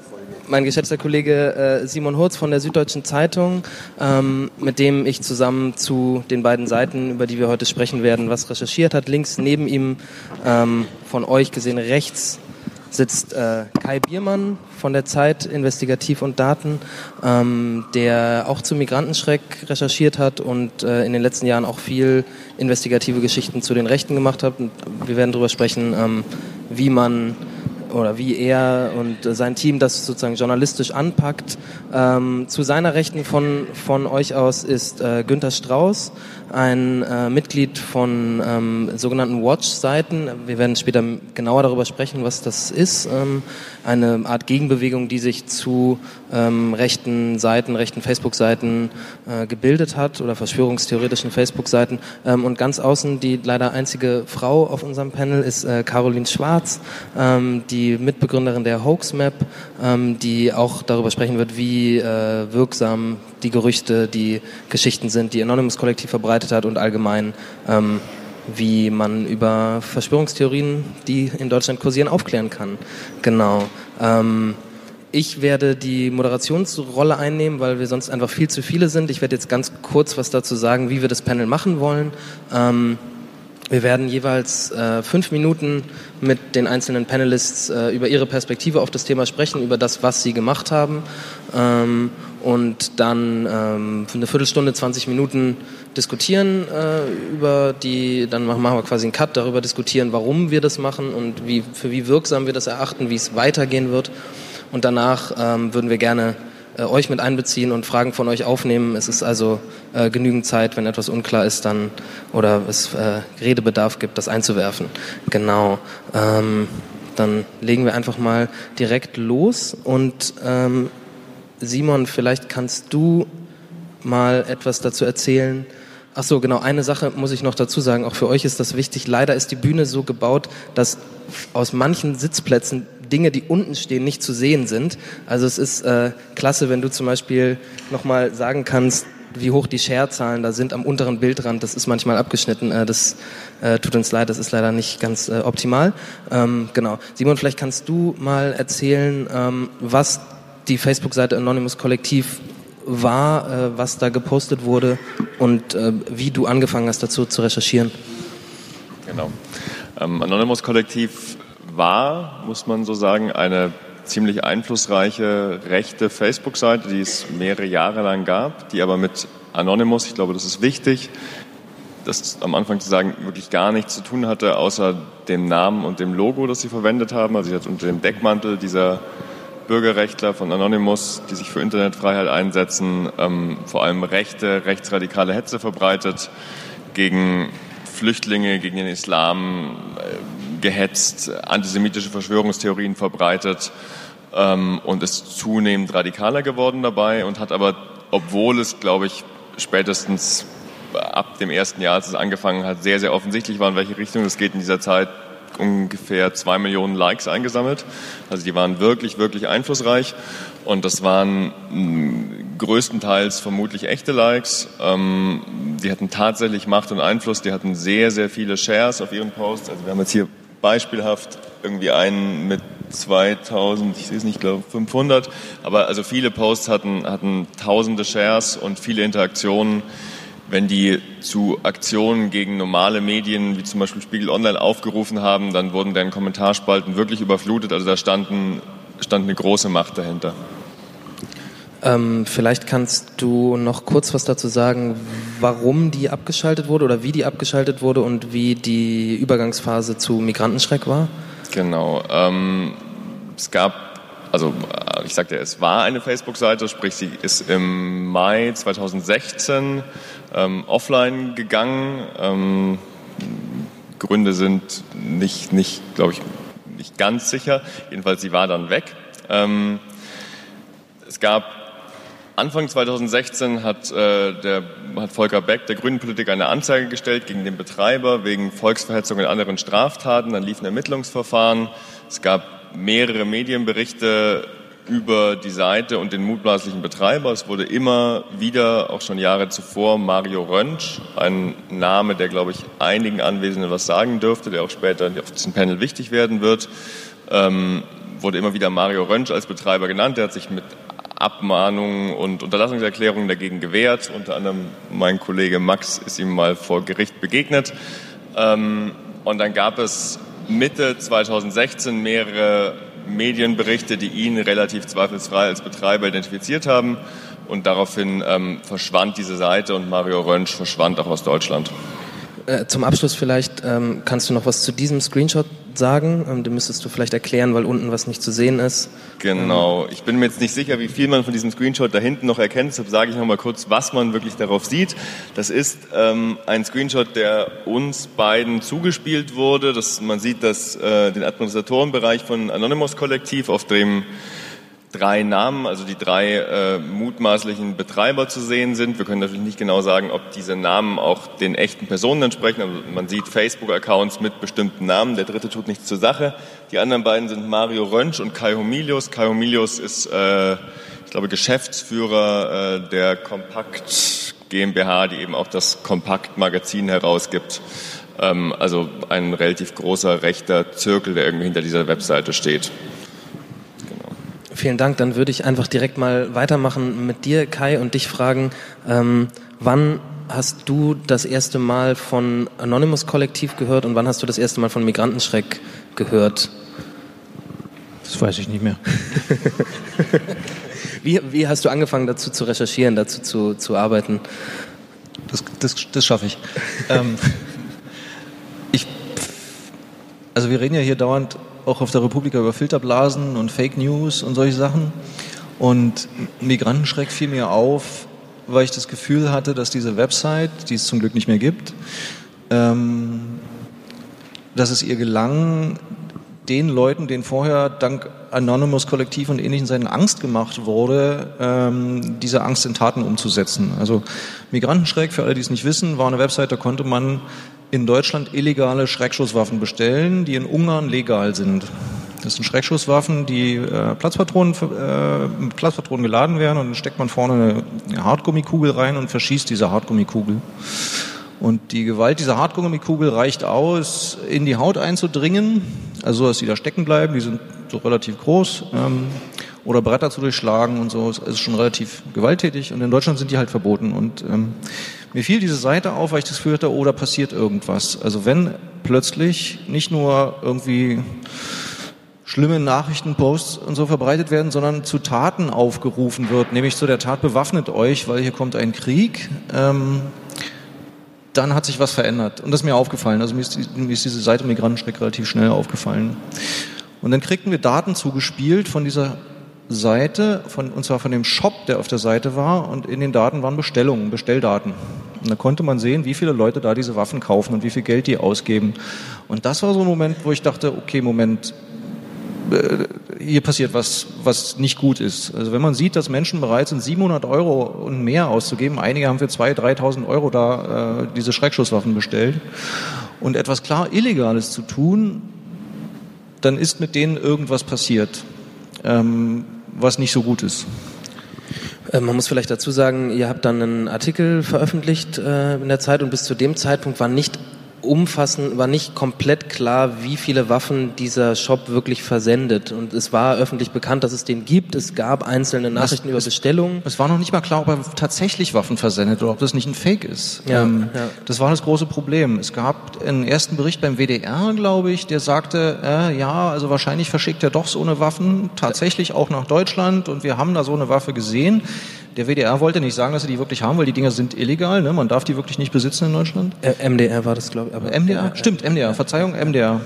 mein geschätzter Kollege Simon Hurz von der Süddeutschen Zeitung, mit dem ich zusammen zu den beiden Seiten, über die wir heute sprechen werden, was recherchiert hat. Links neben ihm, von euch gesehen rechts, sitzt Kai Biermann von der Zeit, Investigativ und Daten, der auch zu Migrantenschreck recherchiert hat und in den letzten Jahren auch viel investigative Geschichten zu den Rechten gemacht hat. Und wir werden darüber sprechen, wie er und sein Team das sozusagen journalistisch anpackt. Zu seiner Rechten von euch aus ist Günther Strauß, ein Mitglied von sogenannten Watch-Seiten. Wir werden später genauer darüber sprechen, was das ist. Eine Art Gegenbewegung, die sich zu rechten Seiten, rechten Facebook-Seiten gebildet hat oder verschwörungstheoretischen Facebook-Seiten. Und ganz außen, die leider einzige Frau auf unserem Panel, ist Caroline Schwarz, die Mitbegründerin der Hoax-Map, die auch darüber sprechen wird, wie wirksam die Gerüchte, die Geschichten sind, die Anonymous-Kollektiv verbreitet hat und allgemein, wie man über Verschwörungstheorien, die in Deutschland kursieren, aufklären kann. Genau. Ich werde die Moderationsrolle einnehmen, weil wir sonst einfach viel zu viele sind. Ich werde jetzt ganz kurz was dazu sagen, wie wir das Panel machen wollen. Wir werden jeweils 5 Minuten mit den einzelnen Panelists über ihre Perspektive auf das Thema sprechen, über das, was sie gemacht haben. Und dann für eine Viertelstunde, 20 Minuten diskutieren dann machen wir quasi einen Cut, darüber diskutieren, warum wir das machen und für wie wirksam wir das erachten, wie es weitergehen wird. Und danach würden wir gerne euch mit einbeziehen und Fragen von euch aufnehmen. Es ist also genügend Zeit, wenn etwas unklar ist, dann oder es Redebedarf gibt, das einzuwerfen. Genau. Dann legen wir einfach mal direkt los und Simon, vielleicht kannst du mal etwas dazu erzählen. Ach so, genau, eine Sache muss ich noch dazu sagen, auch für euch ist das wichtig. Leider ist die Bühne so gebaut, dass aus manchen Sitzplätzen Dinge, die unten stehen, nicht zu sehen sind. Also es ist klasse, wenn du zum Beispiel nochmal sagen kannst, wie hoch die Share-Zahlen da sind am unteren Bildrand. Das ist manchmal abgeschnitten. Das tut uns leid, das ist leider nicht ganz optimal. Genau. Simon, vielleicht kannst du mal erzählen, was die Facebook-Seite Anonymous Kollektiv war, was da gepostet wurde und wie du angefangen hast, dazu zu recherchieren. Genau. Anonymous Kollektiv war, muss man so sagen, eine ziemlich einflussreiche rechte Facebook-Seite, die es mehrere Jahre lang gab, die aber mit Anonymous, ich glaube, das ist wichtig, das am Anfang zu sagen, wirklich gar nichts zu tun hatte, außer dem Namen und dem Logo, das sie verwendet haben. Also sie hat unter dem Deckmantel dieser Bürgerrechtler von Anonymous, die sich für Internetfreiheit einsetzen, vor allem rechtsradikale Hetze verbreitet, gegen Flüchtlinge, gegen den Islam gehetzt, antisemitische Verschwörungstheorien verbreitet und ist zunehmend radikaler geworden dabei und hat aber, obwohl es, glaube ich, spätestens ab dem ersten Jahr, als es angefangen hat, sehr, sehr offensichtlich war, in welche Richtung es geht in dieser Zeit, ungefähr 2 Millionen Likes eingesammelt. Also die waren wirklich, wirklich einflussreich und das waren größtenteils vermutlich echte Likes. Die hatten tatsächlich Macht und Einfluss, die hatten sehr, sehr viele Shares auf ihren Posts. Also wir haben jetzt hier beispielhaft irgendwie einen mit 2000, ich sehe es nicht, ich glaube 500, aber also viele Posts hatten tausende Shares und viele Interaktionen. Wenn die zu Aktionen gegen normale Medien, wie zum Beispiel Spiegel Online, aufgerufen haben, dann wurden deren Kommentarspalten wirklich überflutet. Also da stand eine große Macht dahinter. Vielleicht kannst du noch kurz was dazu sagen, warum die abgeschaltet wurde oder wie die abgeschaltet wurde und wie die Übergangsphase zu Migrantenschreck war? Genau. Es gab, also ich sagte, es war eine Facebook-Seite, sprich sie ist im Mai 2016 offline gegangen. Gründe sind nicht, glaube ich, nicht ganz sicher. Jedenfalls, sie war dann weg. Es gab Anfang 2016 hat Volker Beck, der Grünen-Politiker, eine Anzeige gestellt gegen den Betreiber wegen Volksverhetzung und anderen Straftaten. Dann lief ein Ermittlungsverfahren. Es gab mehrere Medienberichte über die Seite und den mutmaßlichen Betreiber. Es wurde immer wieder, auch schon Jahre zuvor, Mario Röntsch, ein Name, der, glaube ich, einigen Anwesenden was sagen dürfte, der auch später auf diesem Panel wichtig werden wird, wurde immer wieder Mario Röntsch als Betreiber genannt. Der hat sich mit Abmahnungen und Unterlassungserklärungen dagegen gewehrt. Unter anderem mein Kollege Max ist ihm mal vor Gericht begegnet. Und dann gab es Mitte 2016 mehrere Medienberichte, die ihn relativ zweifelsfrei als Betreiber identifiziert haben. Und daraufhin verschwand diese Seite und Mario Röntsch verschwand auch aus Deutschland. Zum Abschluss vielleicht, kannst du noch was zu diesem Screenshot sagen? Den müsstest du vielleicht erklären, weil unten was nicht zu sehen ist. Genau. Ich bin mir jetzt nicht sicher, wie viel man von diesem Screenshot da hinten noch erkennt. Deshalb sage ich noch mal kurz, was man wirklich darauf sieht. Das ist ein Screenshot, der uns beiden zugespielt wurde. Man sieht den Administratorenbereich von Anonymous Kollektiv, auf dem 3 Namen, also die 3 mutmaßlichen Betreiber zu sehen sind. Wir können natürlich nicht genau sagen, ob diese Namen auch den echten Personen entsprechen. Aber man sieht Facebook-Accounts mit bestimmten Namen. Der dritte tut nichts zur Sache. Die anderen beiden sind Mario Röntsch und Kai Homilius. Kai Homilius ist, ich glaube, Geschäftsführer der Kompakt GmbH, die eben auch das Kompakt-Magazin herausgibt. Also ein relativ großer rechter Zirkel, der irgendwie hinter dieser Webseite steht. Vielen Dank. Dann würde ich einfach direkt mal weitermachen mit dir, Kai, und dich fragen, wann hast du das erste Mal von Anonymous Kollektiv gehört und wann hast du das erste Mal von Migrantenschreck gehört? Das weiß ich nicht mehr. Wie hast du angefangen, dazu zu recherchieren, dazu zu arbeiten? Das schaffe ich. Also wir reden ja hier dauernd auch auf der Republika über Filterblasen und Fake News und solche Sachen. Und Migrantenschreck fiel mir auf, weil ich das Gefühl hatte, dass diese Website, die es zum Glück nicht mehr gibt, dass es ihr gelang, den Leuten, denen vorher dank Anonymous Kollektiv und ähnlichen Seiten Angst gemacht wurde, diese Angst in Taten umzusetzen. Also Migrantenschreck, für alle, die es nicht wissen, war eine Website, da konnte man in Deutschland illegale Schreckschusswaffen bestellen, die in Ungarn legal sind. Das sind Schreckschusswaffen, die mit Platzpatronen geladen werden und dann steckt man vorne eine Hartgummikugel rein und verschießt diese Hartgummikugel. Und die Gewalt dieser Hartgummikugel reicht aus, in die Haut einzudringen, also dass die da stecken bleiben, die sind so relativ groß, oder Bretter zu durchschlagen und so, ist schon relativ gewalttätig und in Deutschland sind die halt verboten und mir fiel diese Seite auf, weil ich das Gefühl hatte, oh, da passiert irgendwas. Also wenn plötzlich nicht nur irgendwie schlimme Nachrichtenposts und so verbreitet werden, sondern zu Taten aufgerufen wird, nämlich zu der Tat, bewaffnet euch, weil hier kommt ein Krieg, dann hat sich was verändert. Und das ist mir aufgefallen. Also mir ist diese Seite Migrantenschreck relativ schnell aufgefallen. Und dann kriegten wir Daten zugespielt von dieser Seite, und zwar von dem Shop, der auf der Seite war, und in den Daten waren Bestelldaten. Und da konnte man sehen, wie viele Leute da diese Waffen kaufen und wie viel Geld die ausgeben. Und das war so ein Moment, wo ich dachte, okay, Moment, hier passiert was nicht gut ist. Also wenn man sieht, dass Menschen bereit sind, 700 € und mehr auszugeben, einige haben für 2.000, 3.000 € da diese Schreckschusswaffen bestellt, und etwas klar Illegales zu tun, dann ist mit denen irgendwas passiert, was nicht so gut ist. Man muss vielleicht dazu sagen, ihr habt dann einen Artikel veröffentlicht in der Zeit und bis zu dem Zeitpunkt war nicht komplett klar, wie viele Waffen dieser Shop wirklich versendet. Und es war öffentlich bekannt, dass es den gibt. Es gab einzelne Nachrichten über Bestellungen. Es war noch nicht mal klar, ob er tatsächlich Waffen versendet oder ob das nicht ein Fake ist. Ja. Das war das große Problem. Es gab einen ersten Bericht beim WDR, glaube ich, der sagte, also wahrscheinlich verschickt er doch so eine Waffen tatsächlich auch nach Deutschland und wir haben da so eine Waffe gesehen. Der WDR wollte nicht sagen, dass sie die wirklich haben, weil die Dinger sind illegal, ne? Man darf die wirklich nicht besitzen in Deutschland. MDR war das, glaube ich. Aber MDR? Stimmt, MDR. Verzeihung, MDR.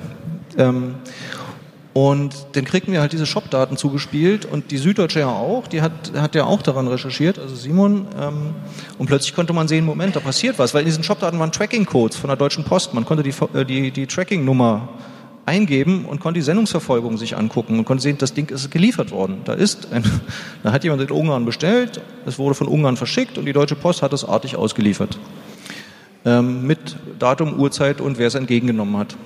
Und dann kriegten wir halt diese Shop-Daten zugespielt und die Süddeutsche ja auch, die hat ja auch daran recherchiert, also Simon, und plötzlich konnte man sehen, Moment, da passiert was, weil in diesen Shop-Daten waren Tracking-Codes von der Deutschen Post, man konnte die Tracking-Nummer eingeben und konnte die Sendungsverfolgung sich angucken und konnte sehen, das Ding ist geliefert worden. Da hat jemand in Ungarn bestellt, es wurde von Ungarn verschickt und die Deutsche Post hat es artig ausgeliefert. Mit Datum, Uhrzeit und wer es entgegengenommen hat.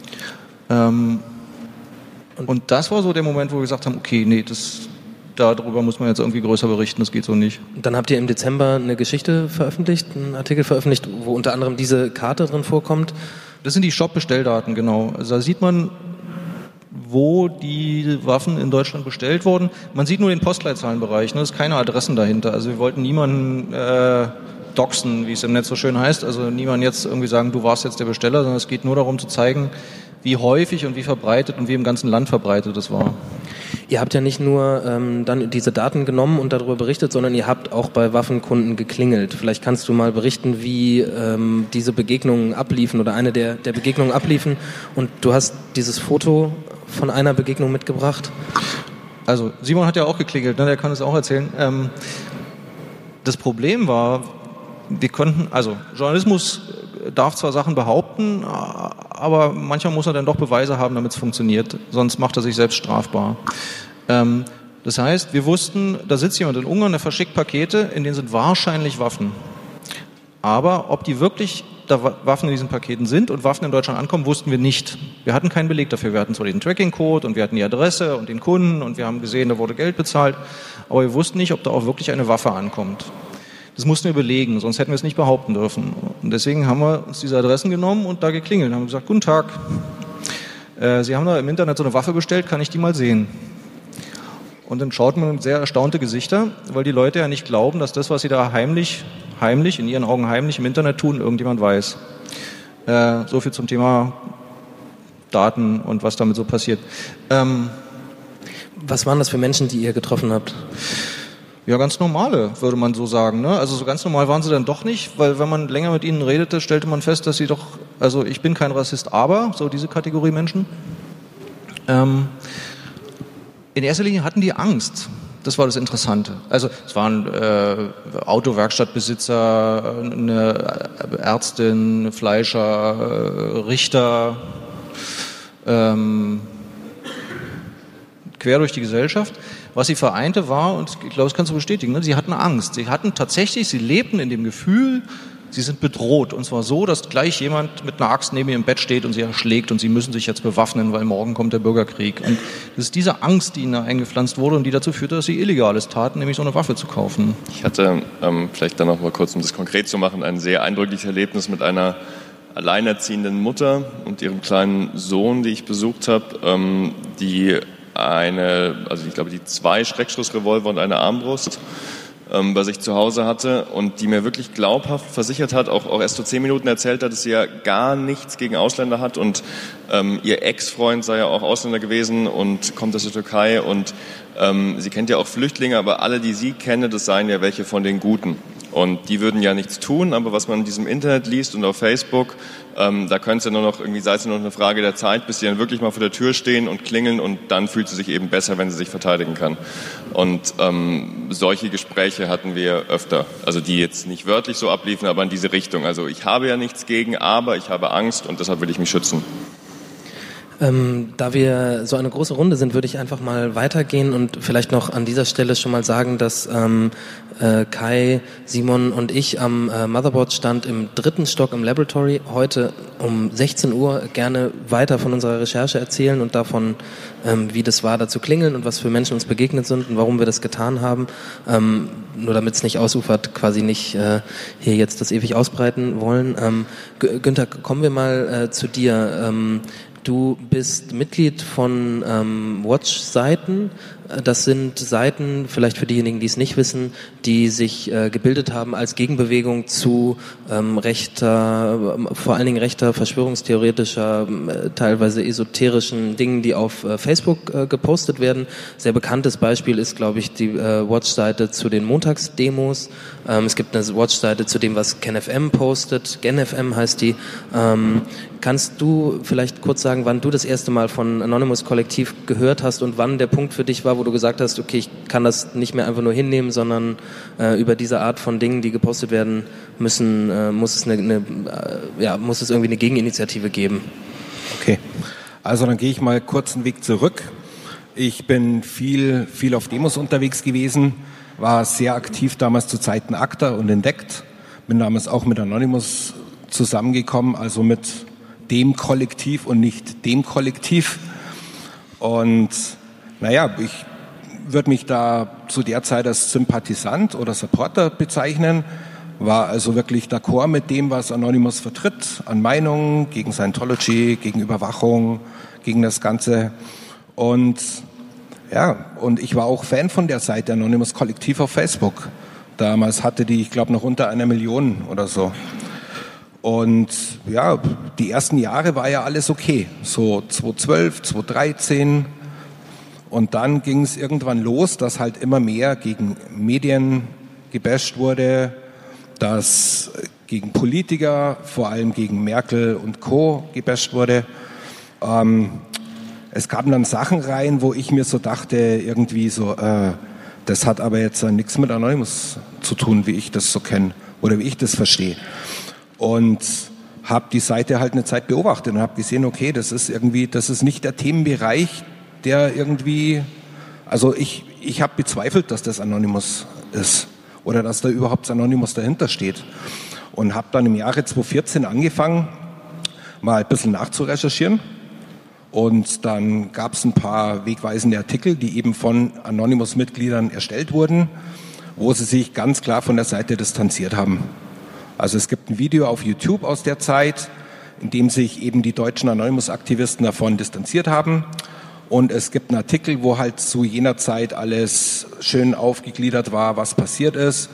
Und das war so der Moment, wo wir gesagt haben, okay, nee, darüber muss man jetzt irgendwie größer berichten, das geht so nicht. Dann habt ihr im Dezember eine Geschichte veröffentlicht, einen Artikel veröffentlicht, wo unter anderem diese Karte drin vorkommt. Das sind die Shop-Bestelldaten, genau. Also da sieht man, wo die Waffen in Deutschland bestellt wurden. Man sieht nur den Postleitzahlenbereich, ne? Es ist keine Adressen dahinter. Also wir wollten niemanden doxen, wie es im Netz so schön heißt. Also niemanden jetzt irgendwie sagen, du warst jetzt der Besteller, sondern es geht nur darum zu zeigen, wie häufig und wie verbreitet und wie im ganzen Land verbreitet es war. Ihr habt ja nicht nur dann diese Daten genommen und darüber berichtet, sondern ihr habt auch bei Waffenkunden geklingelt. Vielleicht kannst du mal berichten, wie diese Begegnungen abliefen oder eine der Begegnungen abliefen. Und du hast dieses Foto von einer Begegnung mitgebracht. Also Simon hat ja auch geklingelt, ne? Der kann es auch erzählen. Das Problem war, Journalismus darf zwar Sachen behaupten, aber manchmal muss er dann doch Beweise haben, damit es funktioniert. Sonst macht er sich selbst strafbar. Das heißt, wir wussten, da sitzt jemand in Ungarn, der verschickt Pakete, in denen sind wahrscheinlich Waffen. Aber ob die wirklich da Waffen in diesen Paketen sind und Waffen in Deutschland ankommen, wussten wir nicht. Wir hatten keinen Beleg dafür. Wir hatten zwar den Tracking-Code und wir hatten die Adresse und den Kunden und wir haben gesehen, da wurde Geld bezahlt, aber wir wussten nicht, ob da auch wirklich eine Waffe ankommt. Das mussten wir belegen, sonst hätten wir es nicht behaupten dürfen. Und deswegen haben wir uns diese Adressen genommen und da geklingelt und haben gesagt, guten Tag, Sie haben da im Internet so eine Waffe bestellt, kann ich die mal sehen? Und dann schaut man sehr erstaunte Gesichter, weil die Leute ja nicht glauben, dass das, was sie da heimlich, in ihren Augen heimlich im Internet tun, irgendjemand weiß. So viel zum Thema Daten und was damit so passiert. Was waren das für Menschen, die ihr getroffen habt? Ja, ganz normale, würde man so sagen. Ne? Also so ganz normal waren sie dann doch nicht, weil wenn man länger mit ihnen redete, stellte man fest, dass sie doch, also ich bin kein Rassist, aber, so diese Kategorie Menschen. In erster Linie hatten die Angst. Das war das Interessante. Also es waren Autowerkstattbesitzer, eine Ärztin, eine Fleischer, Richter, quer durch die Gesellschaft. Was sie vereinte war, und ich glaube, das kannst du bestätigen, ne? Sie hatten Angst. Sie lebten in dem Gefühl, sie sind bedroht. Und zwar so, dass gleich jemand mit einer Axt neben ihrem Bett steht und sie erschlägt und sie müssen sich jetzt bewaffnen, weil morgen kommt der Bürgerkrieg. Und das ist diese Angst, die ihnen da eingepflanzt wurde und die dazu führte, dass sie Illegales taten, nämlich so eine Waffe zu kaufen. Ich hatte vielleicht dann noch mal kurz, um das konkret zu machen, ein sehr eindrückliches Erlebnis mit einer alleinerziehenden Mutter und ihrem kleinen Sohn, die ich besucht habe, die die 2 Schreckschussrevolver und eine Armbrust bei sich zu Hause hatte und die mir wirklich glaubhaft versichert hat, auch erst so 10 Minuten erzählt hat, dass sie ja gar nichts gegen Ausländer hat und ihr Ex-Freund sei ja auch Ausländer gewesen und kommt aus der Türkei und sie kennt ja auch Flüchtlinge, aber alle, die sie kenne, das seien ja welche von den Guten. Und die würden ja nichts tun, aber was man in diesem Internet liest und auf Facebook, da könnte es ja nur noch irgendwie, sei es nur noch eine Frage der Zeit, bis sie dann wirklich mal vor der Tür stehen und klingeln und dann fühlt sie sich eben besser, wenn sie sich verteidigen kann. Und solche Gespräche hatten wir öfter, also die jetzt nicht wörtlich so abliefen, aber in diese Richtung. Also ich habe ja nichts gegen, aber ich habe Angst und deshalb will ich mich schützen. Da wir so eine große Runde sind, würde ich einfach mal weitergehen und vielleicht noch an dieser Stelle schon mal sagen, dass Kai, Simon und ich am Motherboard-Stand im 3. Stock im Laboratory heute um 16 Uhr gerne weiter von unserer Recherche erzählen und davon, wie das war, da zu klingeln und was für Menschen uns begegnet sind und warum wir das getan haben. Nur damit es nicht ausufert, quasi nicht hier jetzt das ewig ausbreiten wollen. Günther, kommen wir mal zu dir. Du bist Mitglied von Watch-Seiten. Das sind Seiten, vielleicht für diejenigen, die es nicht wissen, die sich gebildet haben als Gegenbewegung zu vor allen Dingen rechter, verschwörungstheoretischer, teilweise esoterischen Dingen, die auf Facebook gepostet werden. Sehr bekanntes Beispiel ist, glaube ich, die Watch-Seite zu den Montagsdemos. Es gibt eine Watch-Seite zu dem, was KenFM postet. GenFM heißt die. Kannst du vielleicht kurz sagen, wann du das erste Mal von Anonymous Kollektiv gehört hast und wann der Punkt für dich war, wo du gesagt hast, okay, ich kann das nicht mehr einfach nur hinnehmen, sondern über diese Art von Dingen, die gepostet werden müssen, muss es irgendwie eine Gegeninitiative geben? Okay, also dann gehe ich mal kurz einen Weg zurück. Ich bin viel auf Demos unterwegs gewesen, war sehr aktiv damals zu Zeiten ACTA und Entdeckt, bin damals auch mit Anonymous zusammengekommen, also mit dem Kollektiv und nicht dem Kollektiv. Und ich würde mich da zu der Zeit als Sympathisant oder Supporter bezeichnen, war also wirklich d'accord mit dem, was Anonymous vertritt, an Meinungen gegen Scientology, gegen Überwachung, gegen das Ganze. Und ich war auch Fan von der Seite Anonymous Kollektiv auf Facebook. Damals hatte die, ich glaube, noch unter 1 Million oder so. Und ja, die ersten Jahre war ja alles okay. So 2012, 2013. Und dann ging es irgendwann los, dass halt immer mehr gegen Medien gebasht wurde, dass gegen Politiker, vor allem gegen Merkel und Co. gebasht wurde. Es kamen dann Sachen rein, wo ich mir so dachte, irgendwie so, das hat aber jetzt nichts mit Anonymous zu tun, wie ich das so kenne oder wie ich das verstehe. Und habe die Seite halt eine Zeit beobachtet und habe gesehen, okay, das ist nicht der Themenbereich, der irgendwie, also ich habe bezweifelt, dass das Anonymous ist oder dass da überhaupt Anonymous dahinter steht. Und habe dann im Jahre 2014 angefangen, mal ein bisschen nachzurecherchieren. Und dann gab es ein paar wegweisende Artikel, die eben von Anonymous-Mitgliedern erstellt wurden, wo sie sich ganz klar von der Seite distanziert haben. Also es gibt ein Video auf YouTube aus der Zeit, in dem sich eben die deutschen Anonymous-Aktivisten davon distanziert haben. Und es gibt einen Artikel, wo halt zu jener Zeit alles schön aufgegliedert war, was passiert ist.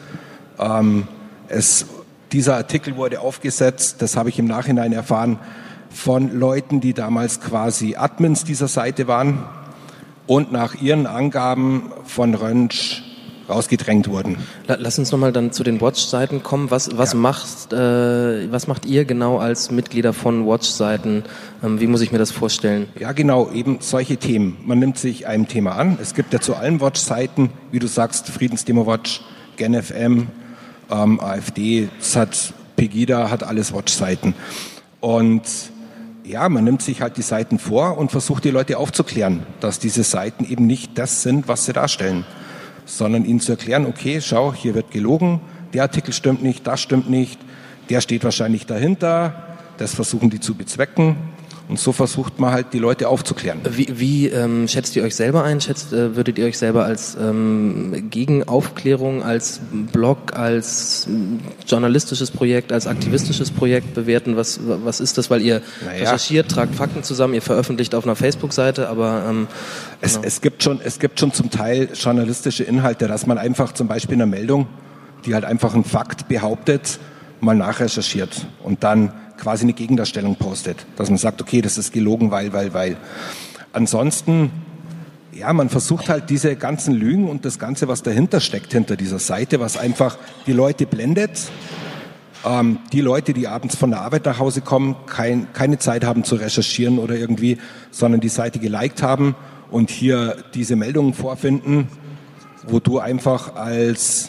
Dieser Artikel wurde aufgesetzt, das habe ich im Nachhinein erfahren, von Leuten, die damals quasi Admins dieser Seite waren und nach ihren Angaben von Röntsch rausgedrängt wurden. Lass uns nochmal dann zu den Watch-Seiten kommen. Was macht ihr genau als Mitglieder von Watch-Seiten? Wie muss ich mir das vorstellen? Ja, genau, eben solche Themen. Man nimmt sich einem Thema an. Es gibt ja zu allen Watch-Seiten, wie du sagst, Friedensdemo-Watch, GenFM, AfD, Pegida hat alles Watch-Seiten. Und ja, man nimmt sich halt die Seiten vor und versucht die Leute aufzuklären, dass diese Seiten eben nicht das sind, was sie darstellen, sondern ihnen zu erklären, okay, schau, hier wird gelogen, der Artikel stimmt nicht, das stimmt nicht, der steht wahrscheinlich dahinter, das versuchen die zu bezwecken. Und so versucht man halt, die Leute aufzuklären. Wie schätzt ihr euch selber ein? Würdet ihr euch selber als Gegenaufklärung, als Blog, als journalistisches Projekt, als aktivistisches Projekt bewerten? Was ist das? Weil ihr recherchiert, tragt Fakten zusammen, ihr veröffentlicht auf einer Facebook-Seite, aber... Es gibt schon zum Teil journalistische Inhalte, dass man einfach zum Beispiel in einer Meldung, die halt einfach einen Fakt behauptet, mal nachrecherchiert und dann quasi eine Gegendarstellung postet, dass man sagt, okay, das ist gelogen, weil. Ansonsten, ja, man versucht halt diese ganzen Lügen und das Ganze, was dahinter steckt, hinter dieser Seite, was einfach die Leute blendet, die Leute, die abends von der Arbeit nach Hause kommen, keine Zeit haben zu recherchieren oder irgendwie, sondern die Seite geliked haben und hier diese Meldungen vorfinden, wo du einfach als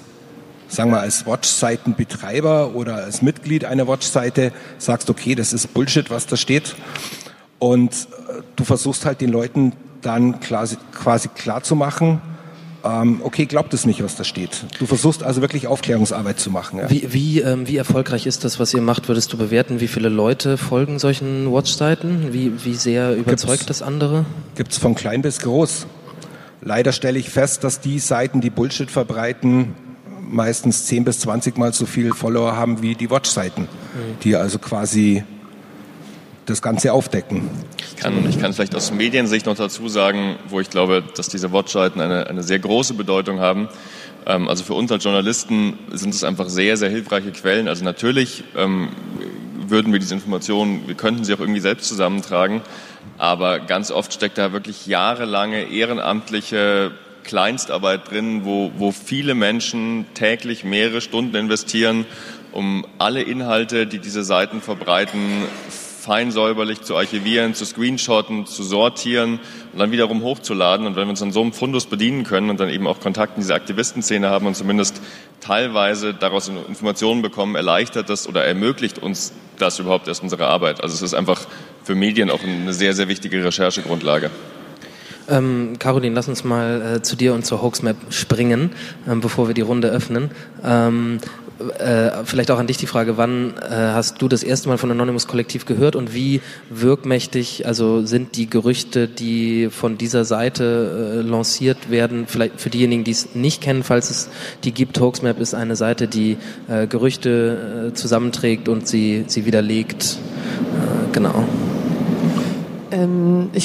Watch-Seitenbetreiber oder als Mitglied einer Watch-Seite sagst, okay, das ist Bullshit, was da steht. Und du versuchst halt den Leuten dann quasi klar zu machen, okay, glaubt es nicht, was da steht. Du versuchst also wirklich Aufklärungsarbeit zu machen. Ja. Wie erfolgreich ist das, was ihr macht? Würdest du bewerten, wie viele Leute folgen solchen Watch-Seiten? Wie sehr überzeugt das andere? Gibt's von klein bis groß. Leider stelle ich fest, dass die Seiten, die Bullshit verbreiten, meistens 10 bis 20 Mal so viel Follower haben wie die Watch-Seiten, die also quasi das Ganze aufdecken. Ich kann vielleicht aus Mediensicht noch dazu sagen, wo ich glaube, dass diese Watch-Seiten eine sehr große Bedeutung haben. Also für uns als Journalisten sind es einfach sehr, sehr hilfreiche Quellen. Also natürlich würden wir diese Informationen, wir könnten sie auch irgendwie selbst zusammentragen, aber ganz oft steckt da wirklich jahrelange ehrenamtliche Kleinstarbeit drin, wo viele Menschen täglich mehrere Stunden investieren, um alle Inhalte, die diese Seiten verbreiten, fein säuberlich zu archivieren, zu screenshotten, zu sortieren und dann wiederum hochzuladen. Und wenn wir uns an so einem Fundus bedienen können und dann eben auch Kontakt in diese Aktivistenszene haben und zumindest teilweise daraus Informationen bekommen, erleichtert das oder ermöglicht uns das überhaupt erst unsere Arbeit. Also es ist einfach für Medien auch eine sehr, sehr wichtige Recherchegrundlage. Caroline, lass uns mal zu dir und zur Hoaxmap springen, bevor wir die Runde öffnen. Vielleicht auch an dich die Frage, wann hast du das erste Mal von Anonymous Kollektiv gehört und wie wirkmächtig sind die Gerüchte, die von dieser Seite lanciert werden, vielleicht für diejenigen, die es nicht kennen, falls es die gibt. Hoaxmap ist eine Seite, die Gerüchte zusammenträgt und sie widerlegt. Genau. Ich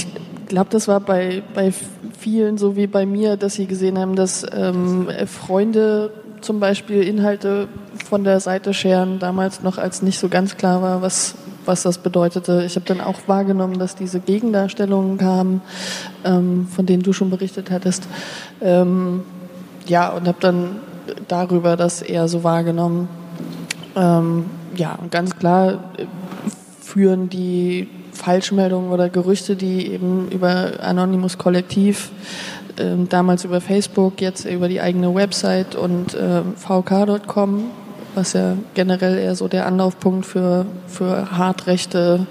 glaube, das war bei vielen so wie bei mir, dass sie gesehen haben, dass Freunde zum Beispiel Inhalte von der Seite sharen, damals noch als nicht so ganz klar war, was das bedeutete. Ich habe dann auch wahrgenommen, dass diese Gegendarstellungen kamen, von denen du schon berichtet hattest. Und habe dann darüber das eher so wahrgenommen. Und ganz klar führen die Falschmeldungen oder Gerüchte, die eben über Anonymous Kollektiv, damals über Facebook, jetzt über die eigene Website und vk.com, was ja generell eher so der Anlaufpunkt für hart rechte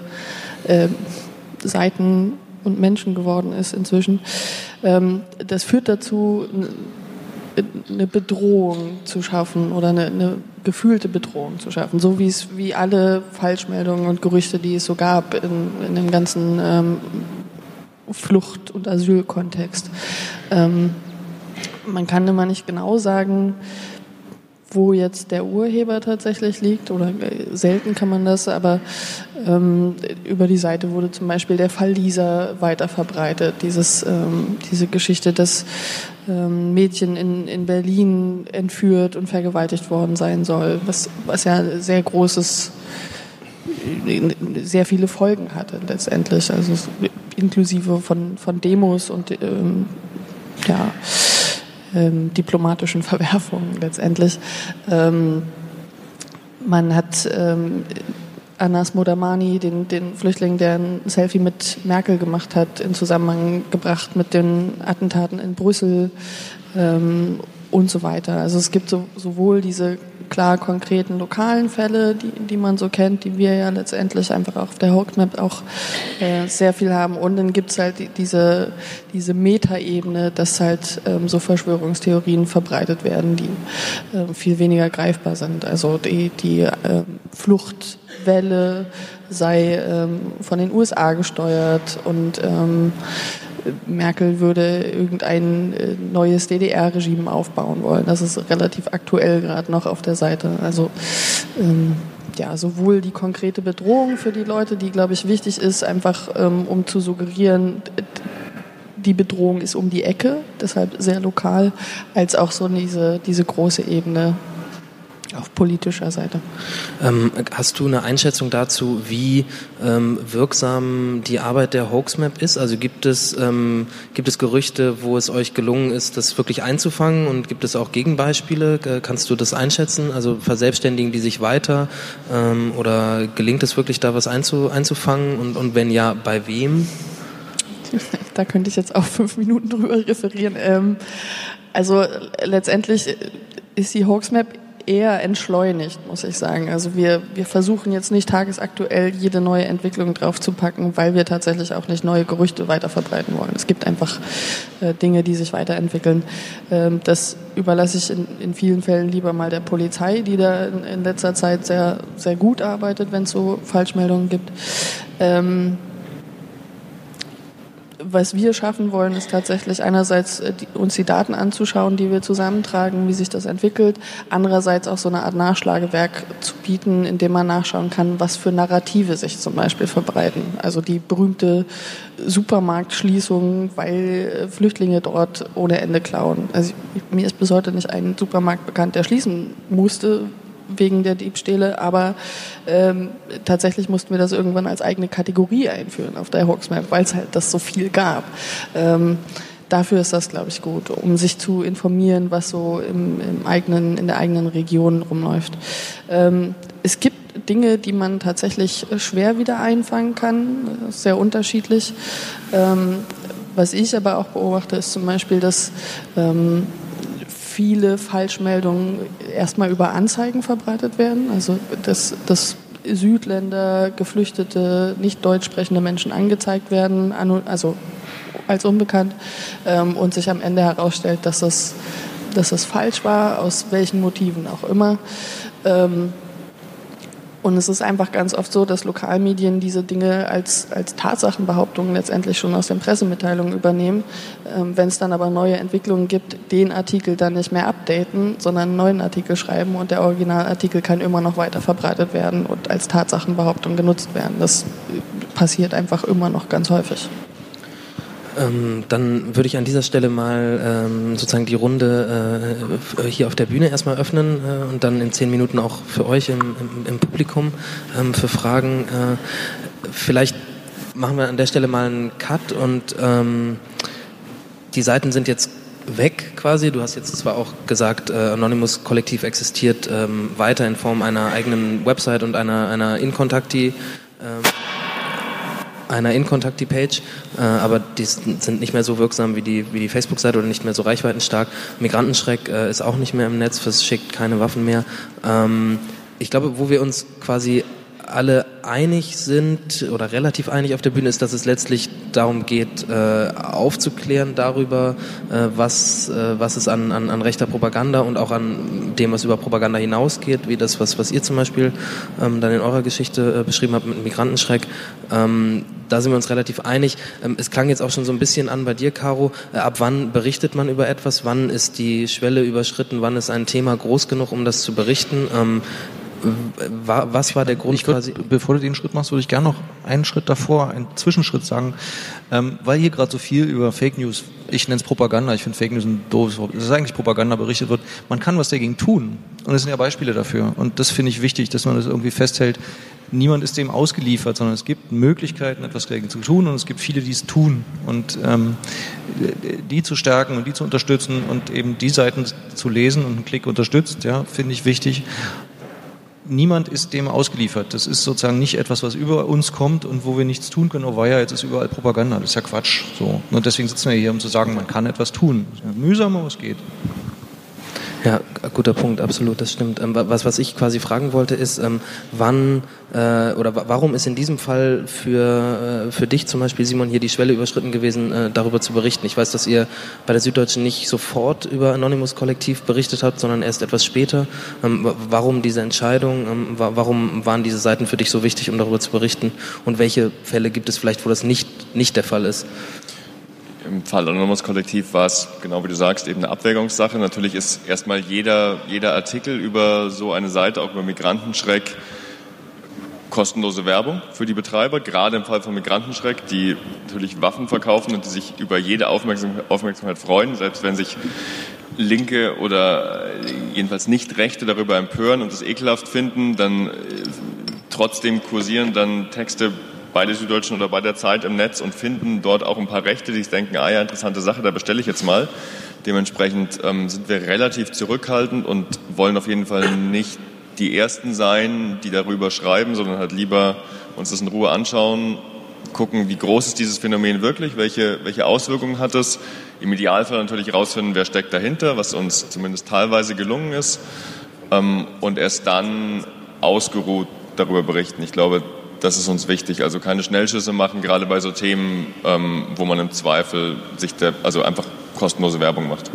Seiten und Menschen geworden ist inzwischen. Das führt dazu, eine Bedrohung zu schaffen oder eine gefühlte Bedrohung zu schaffen, so wie alle Falschmeldungen und Gerüchte, die es so gab in dem ganzen Flucht- und Asylkontext. Man kann immer nicht genau sagen, wo jetzt der Urheber tatsächlich liegt, oder selten kann man das, aber über die Seite wurde zum Beispiel der Fall Lisa weiter verbreitet, diese Geschichte, dass Mädchen in Berlin entführt und vergewaltigt worden sein soll, was ja sehr viele Folgen hatte letztendlich, also inklusive von Demos und diplomatischen Verwerfungen letztendlich. Man hat Anas Modamani, den Flüchtling, der ein Selfie mit Merkel gemacht hat, in Zusammenhang gebracht mit den Attentaten in Brüssel und so weiter. Also es gibt sowohl diese klar konkreten lokalen Fälle, die man so kennt, die wir ja letztendlich einfach auf der Hoaxmap auch sehr viel haben. Und dann gibt es halt diese Metaebene, dass halt so Verschwörungstheorien verbreitet werden, die viel weniger greifbar sind. Also die Fluchtwelle sei von den USA gesteuert und Merkel würde irgendein neues DDR-Regime aufbauen wollen. Das ist relativ aktuell gerade noch auf der Seite. Also sowohl die konkrete Bedrohung für die Leute, die, glaube ich, wichtig ist, einfach um zu suggerieren, die Bedrohung ist um die Ecke, deshalb sehr lokal, als auch so diese große Ebene auf politischer Seite. Hast du eine Einschätzung dazu, wie wirksam die Arbeit der Hoaxmap ist? Also gibt es Gerüchte, wo es euch gelungen ist, das wirklich einzufangen, und gibt es auch Gegenbeispiele? Kannst du das einschätzen? Also verselbstständigen die sich weiter oder gelingt es wirklich, da was einzufangen, und wenn ja, bei wem? Da könnte ich jetzt auch 5 Minuten drüber referieren. Also letztendlich ist die Hoaxmap eher entschleunigt, muss ich sagen. Also wir versuchen jetzt nicht tagesaktuell jede neue Entwicklung draufzupacken, weil wir tatsächlich auch nicht neue Gerüchte weiter verbreiten wollen. Es gibt einfach Dinge, die sich weiterentwickeln. Das überlasse ich in vielen Fällen lieber mal der Polizei, die da in letzter Zeit sehr, sehr gut arbeitet, wenn es so Falschmeldungen gibt. Was wir schaffen wollen, ist tatsächlich einerseits uns die Daten anzuschauen, die wir zusammentragen, wie sich das entwickelt, andererseits auch so eine Art Nachschlagewerk zu bieten, in dem man nachschauen kann, was für Narrative sich zum Beispiel verbreiten. Also die berühmte Supermarktschließung, weil Flüchtlinge dort ohne Ende klauen. Also mir ist bis heute nicht ein Supermarkt bekannt, der schließen musste wegen der Diebstähle, aber tatsächlich mussten wir das irgendwann als eigene Kategorie einführen auf der Hoaxmap, weil es halt das so viel gab. Dafür ist das, glaube ich, gut, um sich zu informieren, was so in der eigenen Region rumläuft. Es gibt Dinge, die man tatsächlich schwer wieder einfangen kann, das ist sehr unterschiedlich. Was ich aber auch beobachte, ist zum Beispiel, dass viele Falschmeldungen erstmal über Anzeigen verbreitet werden, also dass Südländer, Geflüchtete, nicht deutsch sprechende Menschen angezeigt werden, also als unbekannt, und sich am Ende herausstellt, dass das falsch war, aus welchen Motiven auch immer. Und es ist einfach ganz oft so, dass Lokalmedien diese Dinge als Tatsachenbehauptungen letztendlich schon aus den Pressemitteilungen übernehmen. Wenn es dann aber neue Entwicklungen gibt, den Artikel dann nicht mehr updaten, sondern einen neuen Artikel schreiben, und der Originalartikel kann immer noch weiter verbreitet werden und als Tatsachenbehauptung genutzt werden. Das passiert einfach immer noch ganz häufig. Dann würde ich an dieser Stelle mal sozusagen die Runde hier auf der Bühne erstmal öffnen und dann in 10 Minuten auch für euch im Publikum für Fragen. Vielleicht machen wir an der Stelle mal einen Cut und die Seiten sind jetzt weg quasi. Du hast jetzt zwar auch gesagt, Anonymous Kollektiv existiert weiter in Form einer eigenen Website und einer In-Contact-Page, aber die sind nicht mehr so wirksam wie die Facebook-Seite oder nicht mehr so reichweitenstark. Migrantenschreck ist auch nicht mehr im Netz, verschickt keine Waffen mehr. Ich glaube, wo wir uns quasi alle einig sind oder relativ einig auf der Bühne ist, dass es letztlich darum geht, aufzuklären darüber, was es an rechter Propaganda und auch an dem, was über Propaganda hinausgeht, wie das, was ihr zum Beispiel dann in eurer Geschichte beschrieben habt mit Migrantenschreck. Da sind wir uns relativ einig. Es klang jetzt auch schon so ein bisschen an bei dir, Caro. Ab wann berichtet man über etwas? Wann ist die Schwelle überschritten? Wann ist ein Thema groß genug, um das zu berichten? Was war der Grund quasi? Bevor du den Schritt machst, würde ich gerne noch einen Schritt davor, einen Zwischenschritt sagen, weil hier gerade so viel über Fake News, ich nenne es Propaganda, ich finde Fake News ein doofes Wort, es ist eigentlich Propaganda, berichtet wird, man kann was dagegen tun und es sind ja Beispiele dafür und das finde ich wichtig, dass man das irgendwie festhält, niemand ist dem ausgeliefert, sondern es gibt Möglichkeiten, etwas dagegen zu tun und es gibt viele, die es tun und die zu stärken und die zu unterstützen und eben die Seiten zu lesen und einen Klick unterstützt, ja, finde ich wichtig. Niemand ist dem ausgeliefert. Das ist sozusagen nicht etwas, was über uns kommt und wo wir nichts tun können. Oh weia, jetzt ist überall Propaganda. Das ist ja Quatsch. So. Und deswegen sitzen wir hier, um zu sagen, man kann etwas tun. Mühsam, aber es geht. Ja, guter Punkt, absolut, das stimmt. Was ich quasi fragen wollte ist, wann oder warum ist in diesem Fall für dich zum Beispiel, Simon, hier die Schwelle überschritten gewesen, darüber zu berichten? Ich weiß, dass ihr bei der Süddeutschen nicht sofort über Anonymous Kollektiv berichtet habt, sondern erst etwas später. Warum diese Entscheidung? Warum waren diese Seiten für dich so wichtig, um darüber zu berichten? Und welche Fälle gibt es vielleicht, wo das nicht der Fall ist? Im Fall Anonymous Kollektiv war es, genau wie du sagst, eben eine Abwägungssache. Natürlich ist erstmal jeder Artikel über so eine Seite, auch über Migrantenschreck, kostenlose Werbung für die Betreiber, gerade im Fall von Migrantenschreck, die natürlich Waffen verkaufen und die sich über jede Aufmerksamkeit freuen, selbst wenn sich Linke oder jedenfalls nicht Rechte darüber empören und es ekelhaft finden, dann trotzdem kursieren dann Texte bei der Süddeutschen oder bei der Zeit im Netz und finden dort auch ein paar Rechte, die sich denken, ah ja, interessante Sache, da bestelle ich jetzt mal. Dementsprechend sind wir relativ zurückhaltend und wollen auf jeden Fall nicht die Ersten sein, die darüber schreiben, sondern halt lieber uns das in Ruhe anschauen, gucken, wie groß ist dieses Phänomen wirklich, welche Auswirkungen hat es. Im Idealfall natürlich herausfinden, wer steckt dahinter, was uns zumindest teilweise gelungen ist, und erst dann ausgeruht darüber berichten. Ich glaube, das ist uns wichtig. Also keine Schnellschüsse machen, gerade bei so Themen, wo man im Zweifel also einfach kostenlose Werbung macht.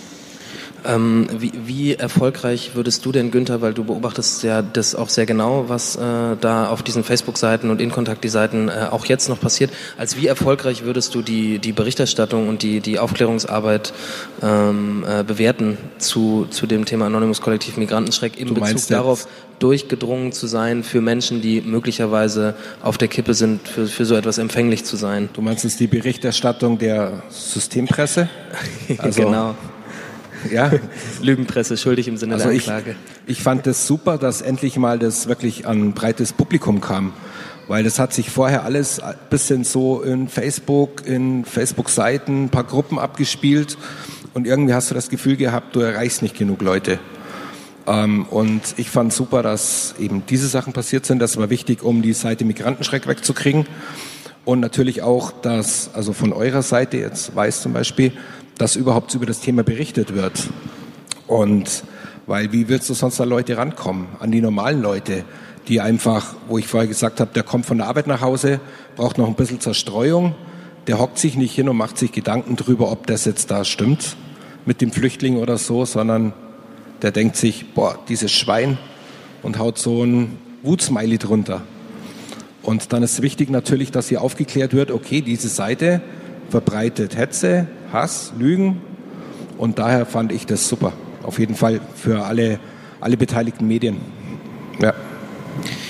Wie erfolgreich würdest du denn, Günther, weil du beobachtest ja das auch sehr genau, was da auf diesen Facebook-Seiten und In-Kontakt die Seiten auch jetzt noch passiert, als wie erfolgreich würdest du die Berichterstattung und die Aufklärungsarbeit bewerten zu dem Thema Anonymous Kollektiv Migrantenschreck in Bezug darauf, durchgedrungen zu sein für Menschen, die möglicherweise auf der Kippe sind, für so etwas empfänglich zu sein? Du meinst es die Berichterstattung der Systempresse? Also genau. Ja. Lügenpresse, schuldig im Sinne der Anklage. Ich fand es super, dass endlich mal das wirklich an ein breites Publikum kam, weil das hat sich vorher alles ein bisschen so in Facebook-Seiten, ein paar Gruppen abgespielt und irgendwie hast du das Gefühl gehabt, du erreichst nicht genug Leute. Und ich fand super, dass eben diese Sachen passiert sind. Das war wichtig, um die Seite Migrantenschreck wegzukriegen. Und natürlich auch, dass, also von eurer Seite jetzt weiß zum Beispiel, dass überhaupt über das Thema berichtet wird. Und weil wie willst du sonst an Leute rankommen, an die normalen Leute, die einfach, wo ich vorher gesagt habe, der kommt von der Arbeit nach Hause, braucht noch ein bisschen Zerstreuung, der hockt sich nicht hin und macht sich Gedanken drüber, ob das jetzt da stimmt mit dem Flüchtling oder so, sondern der denkt sich, boah, dieses Schwein, und haut so ein Wutsmiley drunter. Und dann ist wichtig natürlich, dass hier aufgeklärt wird, okay, diese Seite verbreitet Hetze, Hass, Lügen, und daher fand ich das super. Auf jeden Fall für alle beteiligten Medien. Ja.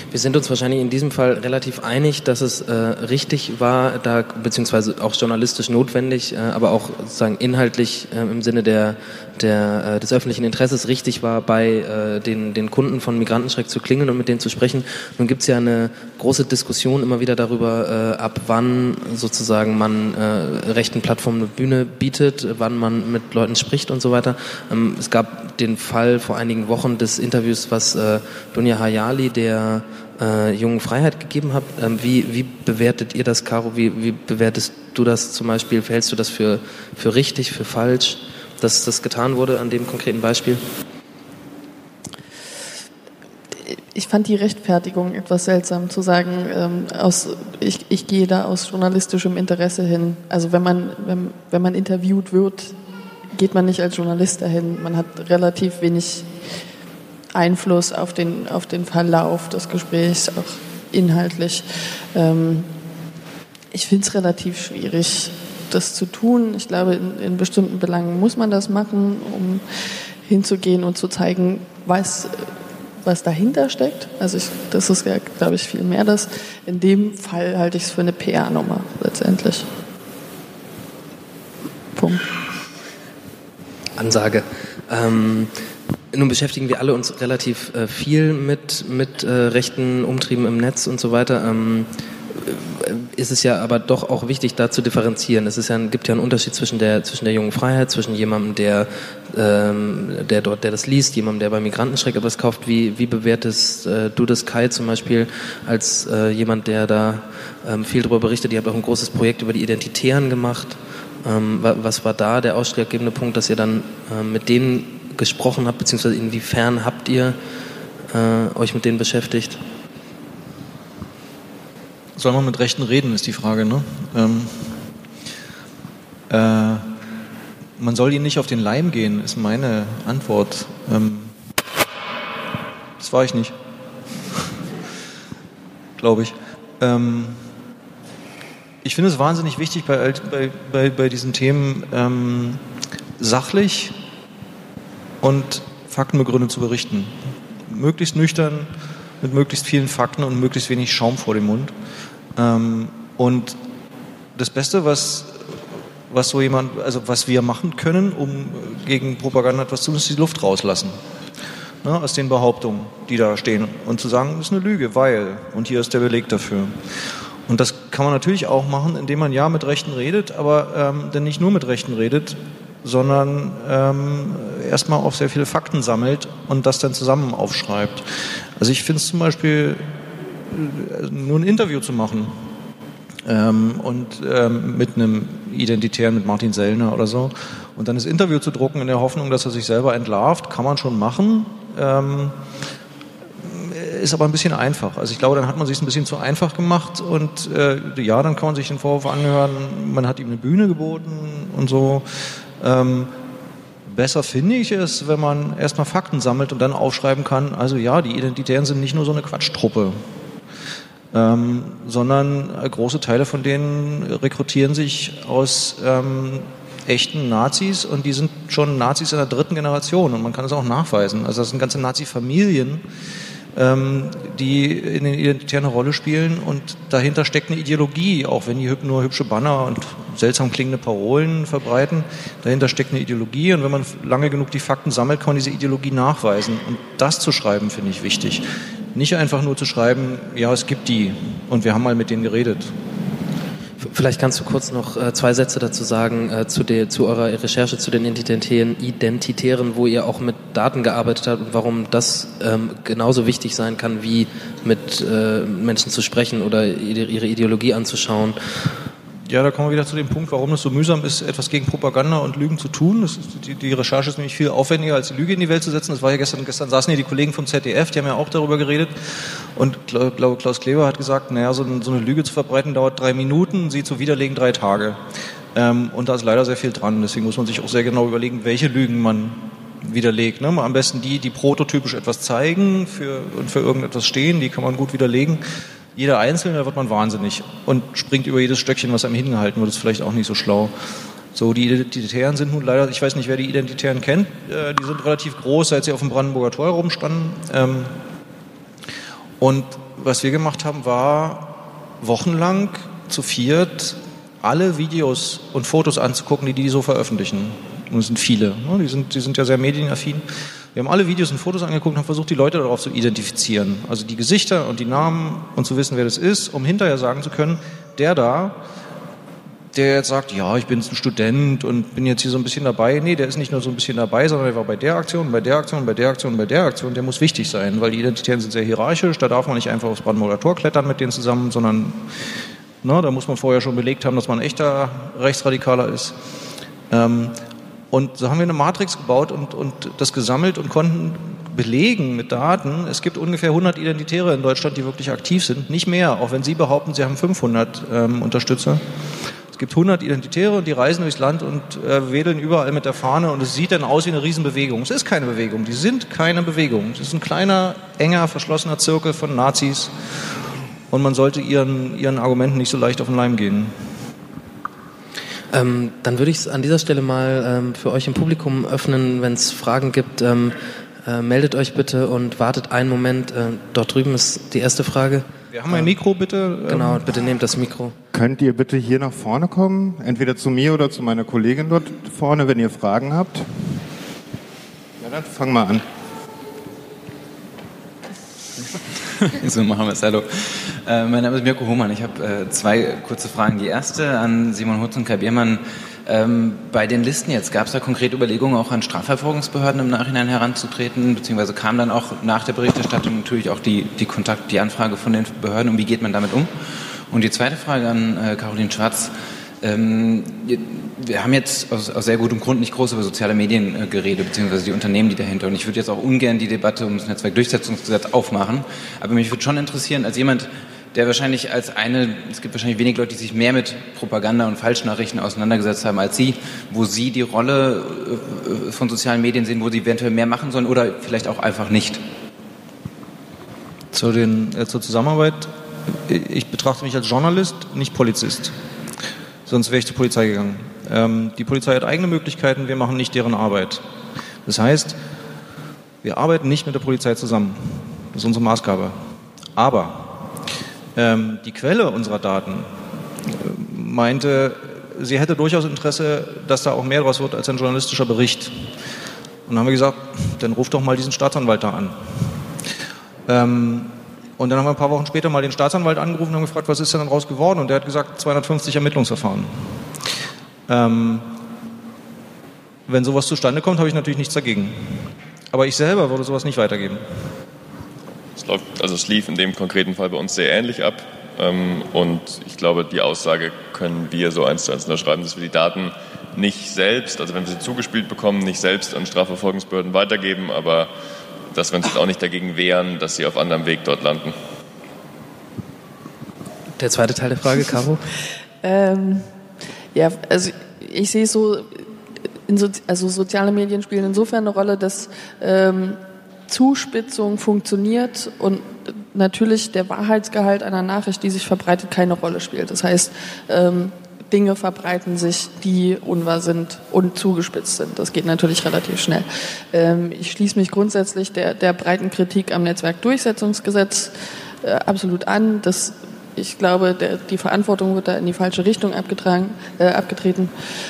Wir sind uns wahrscheinlich in diesem Fall relativ einig, dass es richtig war, beziehungsweise auch journalistisch notwendig, aber auch sozusagen inhaltlich im Sinne des öffentlichen Interesses richtig war, bei den Kunden von Migrantenschreck zu klingeln und mit denen zu sprechen. Nun gibt es ja eine große Diskussion immer wieder darüber, ab wann sozusagen man rechten Plattformen eine Bühne bietet, wann man mit Leuten spricht und so weiter. Es gab den Fall vor einigen Wochen des Interviews, was Dunja Hayali der Jungen Freiheit gegeben hat. Wie bewertet ihr das, Caro? Wie bewertest du das zum Beispiel? Hältst du das für richtig, für falsch, dass das getan wurde an dem konkreten Beispiel? Ich fand die Rechtfertigung etwas seltsam, zu sagen, ich gehe da aus journalistischem Interesse hin. Also wenn man interviewt wird, geht man nicht als Journalist dahin. Man hat relativ wenig Einfluss auf den Verlauf des Gesprächs, auch inhaltlich. Ich finde es relativ schwierig, das zu tun. Ich glaube, in bestimmten Belangen muss man das machen, um hinzugehen und zu zeigen, was dahinter steckt. Also das ist ja, glaube ich, viel mehr das. In dem Fall halte ich es für eine PR-Nummer letztendlich. Punkt. Ansage. Nun beschäftigen wir alle uns relativ viel mit rechten Umtrieben im Netz und so weiter. Ist es ja aber doch auch wichtig, da zu differenzieren. Gibt ja einen Unterschied zwischen der Jungen Freiheit, zwischen jemandem, der das liest, jemandem, der bei Migrantenschreck etwas kauft. Wie bewertest du das, Kai, zum Beispiel, als jemand, der da viel darüber berichtet? Ihr habt auch ein großes Projekt über die Identitären gemacht. Was war da der ausschlaggebende Punkt, dass ihr dann mit denen gesprochen habt, beziehungsweise inwiefern habt ihr euch mit denen beschäftigt? Soll man mit Rechten reden, ist die Frage, ne? Man soll ihnen nicht auf den Leim gehen, ist meine Antwort. Das war ich nicht. Glaube ich. Ich finde es wahnsinnig wichtig, bei diesen Themen sachlich und faktenbegründet zu berichten. Möglichst nüchtern, mit möglichst vielen Fakten und möglichst wenig Schaum vor dem Mund. Und das Beste, was wir machen können, um gegen Propaganda etwas zu tun, ist die Luft rauslassen. Ne, aus den Behauptungen, die da stehen. Und zu sagen, das ist eine Lüge, weil, und hier ist der Beleg dafür. Und das kann man natürlich auch machen, indem man ja mit Rechten redet, aber dann nicht nur mit Rechten redet, sondern erstmal auch sehr viele Fakten sammelt und das dann zusammen aufschreibt. Also ich finde es zum Beispiel, nur ein Interview zu machen mit einem Identitären, mit Martin Sellner oder so, und dann das Interview zu drucken in der Hoffnung, dass er sich selber entlarvt, kann man schon machen. Ist aber ein bisschen einfach. Also ich glaube, dann hat man sich ein bisschen zu einfach gemacht und dann kann man sich den Vorwurf anhören, man hat ihm eine Bühne geboten und so. Besser finde ich es, wenn man erstmal Fakten sammelt und dann aufschreiben kann, also ja, die Identitären sind nicht nur so eine Quatschtruppe, sondern große Teile von denen rekrutieren sich aus echten Nazis und die sind schon Nazis in der 3. Generation und man kann es auch nachweisen. Also das sind ganze Nazi-Familien, die in den Identitären eine Rolle spielen und dahinter steckt eine Ideologie, auch wenn die nur hübsche Banner und seltsam klingende Parolen verbreiten, dahinter steckt eine Ideologie und wenn man lange genug die Fakten sammelt, kann man diese Ideologie nachweisen und das zu schreiben, finde ich wichtig. Nicht einfach nur zu schreiben, ja, es gibt die und wir haben mal mit denen geredet. Vielleicht kannst du kurz noch 2 Sätze dazu sagen, zu eurer Recherche zu den Identitären, wo ihr auch mit Daten gearbeitet habt und warum das genauso wichtig sein kann, wie mit Menschen zu sprechen oder ihre Ideologie anzuschauen. Ja, da kommen wir wieder zu dem Punkt, warum es so mühsam ist, etwas gegen Propaganda und Lügen zu tun. Die Recherche ist nämlich viel aufwendiger, als die Lüge in die Welt zu setzen. Das war ja gestern saßen hier die Kollegen vom ZDF, die haben ja auch darüber geredet. Und ich glaube, Klaus Kleber hat gesagt, naja, so eine Lüge zu verbreiten dauert 3 Minuten, sie zu widerlegen 3 Tage. Und da ist leider sehr viel dran. Deswegen muss man sich auch sehr genau überlegen, welche Lügen man widerlegt. Ne? Am besten die prototypisch etwas zeigen und für irgendetwas stehen, die kann man gut widerlegen. Jeder Einzelne, da wird man wahnsinnig und springt über jedes Stöckchen, was einem hingehalten wird, ist vielleicht auch nicht so schlau. So, die Identitären sind nun leider, ich weiß nicht, wer die Identitären kennt, die sind relativ groß, seit sie auf dem Brandenburger Tor rumstanden. Und was wir gemacht haben, war wochenlang zu viert alle Videos und Fotos anzugucken, die so veröffentlichen. Und es sind viele, ne? Die sind ja sehr medienaffin. Wir haben alle Videos und Fotos angeguckt und haben versucht, die Leute darauf zu identifizieren. Also die Gesichter und die Namen und zu wissen, wer das ist, um hinterher sagen zu können, der jetzt sagt, ja, ich bin ein Student und bin jetzt hier so ein bisschen dabei. Nee, der ist nicht nur so ein bisschen dabei, sondern der war bei der Aktion, bei der Aktion, bei der Aktion, bei der Aktion. Der muss wichtig sein, weil die Identitären sind sehr hierarchisch. Da darf man nicht einfach aufs Brandenburger Tor klettern mit denen zusammen, sondern da muss man vorher schon belegt haben, dass man ein echter Rechtsradikaler ist. Und so haben wir eine Matrix gebaut und das gesammelt und konnten belegen mit Daten, es gibt ungefähr 100 Identitäre in Deutschland, die wirklich aktiv sind. Nicht mehr, auch wenn Sie behaupten, Sie haben 500 Unterstützer. Es gibt 100 Identitäre und die reisen durchs Land und wedeln überall mit der Fahne und es sieht dann aus wie eine Riesenbewegung. Es ist keine Bewegung, die sind keine Bewegung. Es ist ein kleiner, enger, verschlossener Zirkel von Nazis und man sollte ihren Argumenten nicht so leicht auf den Leim gehen. Dann würde ich es an dieser Stelle mal für euch im Publikum öffnen, wenn es Fragen gibt. Meldet euch bitte und wartet einen Moment. Dort drüben ist die erste Frage. Wir haben ein Mikro, bitte. Genau, bitte nehmt das Mikro. Könnt ihr bitte hier nach vorne kommen? Entweder zu mir oder zu meiner Kollegin dort vorne, wenn ihr Fragen habt. Ja, dann fang mal an. So machen wir es. Hallo. Mein Name ist Mirko Hohmann. Ich habe zwei kurze Fragen. Die erste an Simon Hutz und Kai Biermann. Bei den Listen jetzt, gab es da konkrete Überlegungen, auch an Strafverfolgungsbehörden im Nachhinein heranzutreten, beziehungsweise kam dann auch nach der Berichterstattung natürlich auch die Anfrage von den Behörden und wie geht man damit um? Und die zweite Frage an Caroline Schwarz. Wir haben jetzt aus sehr gutem Grund nicht groß über soziale Medien geredet, beziehungsweise die Unternehmen, die dahinter. Und ich würde jetzt auch ungern die Debatte um das Netzwerkdurchsetzungsgesetz aufmachen. Aber mich würde schon interessieren, als jemand, der wahrscheinlich es gibt wahrscheinlich wenig Leute, die sich mehr mit Propaganda und Falschnachrichten auseinandergesetzt haben als Sie, wo Sie die Rolle von sozialen Medien sehen, wo Sie eventuell mehr machen sollen oder vielleicht auch einfach nicht. Zur Zusammenarbeit. Ich betrachte mich als Journalist, nicht Polizist. Sonst wäre ich zur Polizei gegangen. Die Polizei hat eigene Möglichkeiten, wir machen nicht deren Arbeit. Das heißt, wir arbeiten nicht mit der Polizei zusammen. Das ist unsere Maßgabe. Aber die Quelle unserer Daten meinte, sie hätte durchaus Interesse, dass da auch mehr draus wird als ein journalistischer Bericht. Und dann haben wir gesagt, dann ruf doch mal diesen Staatsanwalt da an. Und dann haben wir ein paar Wochen später mal den Staatsanwalt angerufen und haben gefragt, was ist denn daraus geworden? Und der hat gesagt, 250 Ermittlungsverfahren. Wenn sowas zustande kommt, habe ich natürlich nichts dagegen. Aber ich selber würde sowas nicht weitergeben. Es lief in dem konkreten Fall bei uns sehr ähnlich ab. Und ich glaube, die Aussage können wir so 1:1 unterschreiben, dass wir die Daten nicht selbst, also wenn wir sie zugespielt bekommen, nicht selbst an Strafverfolgungsbehörden weitergeben, aber dass wir uns jetzt auch nicht dagegen wehren, dass sie auf anderem Weg dort landen. Der zweite Teil der Frage, Caro? Ja, also ich sehe es so, soziale Medien spielen insofern eine Rolle, dass Zuspitzung funktioniert und natürlich der Wahrheitsgehalt einer Nachricht, die sich verbreitet, keine Rolle spielt. Das heißt, Dinge verbreiten sich, die unwahr sind und zugespitzt sind. Das geht natürlich relativ schnell. Ich schließe mich grundsätzlich der breiten Kritik am Netzwerkdurchsetzungsgesetz absolut an. Ich glaube, die Verantwortung wird da in die falsche Richtung abgetreten.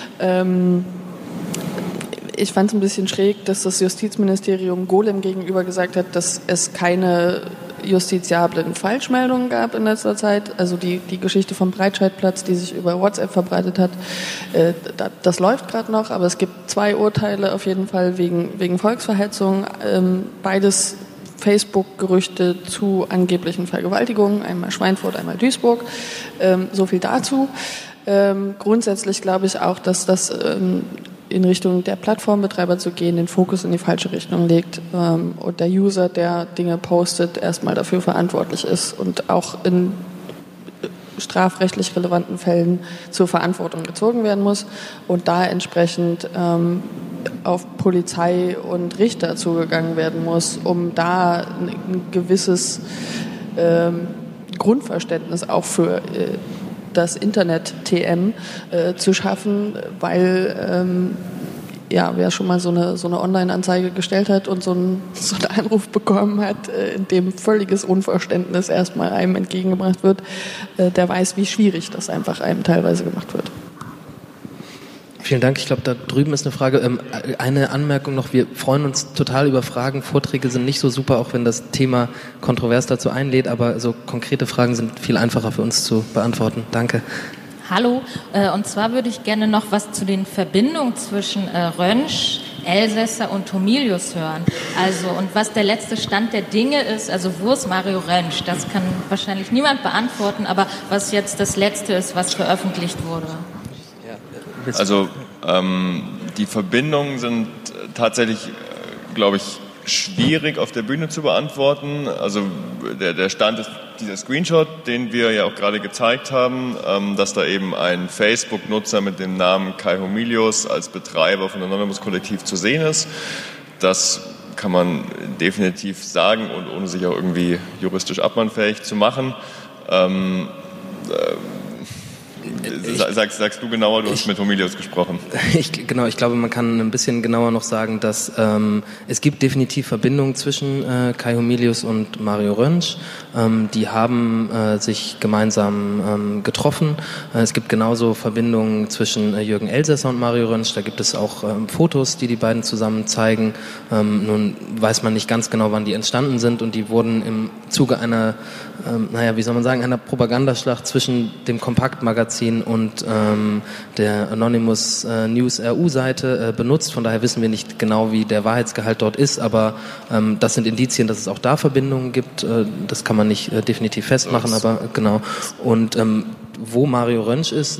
Ich fand es ein bisschen schräg, dass das Justizministerium Golem gegenüber gesagt hat, dass es keine justiziablen Falschmeldungen gab in letzter Zeit. Also die Geschichte vom Breitscheidplatz, die sich über WhatsApp verbreitet hat, das läuft gerade noch, aber es gibt 2 Urteile auf jeden Fall wegen Volksverhetzung. Beides Facebook-Gerüchte zu angeblichen Vergewaltigungen, einmal Schweinfurt, einmal Duisburg. So viel dazu. Grundsätzlich glaube ich auch, dass das in Richtung der Plattformbetreiber zu gehen, den Fokus in die falsche Richtung legt und der User, der Dinge postet, erstmal dafür verantwortlich ist und auch in strafrechtlich relevanten Fällen zur Verantwortung gezogen werden muss und da entsprechend auf Polizei und Richter zugegangen werden muss, um da ein gewisses Grundverständnis auch für das Internet-TM zu schaffen, weil wer schon mal so eine Online-Anzeige gestellt hat und so einen Anruf bekommen hat, in dem völliges Unverständnis erstmal einem entgegengebracht wird, der weiß, wie schwierig das einfach einem teilweise gemacht wird. Vielen Dank. Ich glaube, da drüben ist eine Frage. Eine Anmerkung noch. Wir freuen uns total über Fragen. Vorträge sind nicht so super, auch wenn das Thema kontrovers dazu einlädt, aber so konkrete Fragen sind viel einfacher für uns zu beantworten. Danke. Hallo. Und zwar würde ich gerne noch was zu den Verbindungen zwischen Rönsch, Elsässer und Homilius hören. Also, und was der letzte Stand der Dinge ist, also wo ist Mario Rönsch? Das kann wahrscheinlich niemand beantworten, aber was jetzt das Letzte ist, was veröffentlicht wurde. Also die Verbindungen sind tatsächlich, glaube ich, schwierig auf der Bühne zu beantworten. Also der Stand ist dieser Screenshot, den wir ja auch gerade gezeigt haben, dass da eben ein Facebook-Nutzer mit dem Namen Kai Homilius als Betreiber von Anonymous Kollektiv zu sehen ist. Das kann man definitiv sagen und ohne sich auch irgendwie juristisch abmahnfähig zu machen. Sagst du genauer, du hast mit Homilius gesprochen. Ich glaube, man kann ein bisschen genauer noch sagen, dass es gibt definitiv Verbindungen zwischen Kai Homilius und Mario Rönsch. Die haben sich gemeinsam getroffen. Es gibt genauso Verbindungen zwischen Jürgen Elsässer und Mario Rönsch. Da gibt es auch Fotos, die beiden zusammen zeigen. Nun weiß man nicht ganz genau, wann die entstanden sind, und die wurden im Zuge einer, einer Propagandaschlacht zwischen dem Kompaktmagazin und der Anonymous News RU-Seite benutzt. Von daher wissen wir nicht genau, wie der Wahrheitsgehalt dort ist, aber das sind Indizien, dass es auch da Verbindungen gibt. Das kann man nicht definitiv festmachen, aber genau. Und wo Mario Rönsch ist,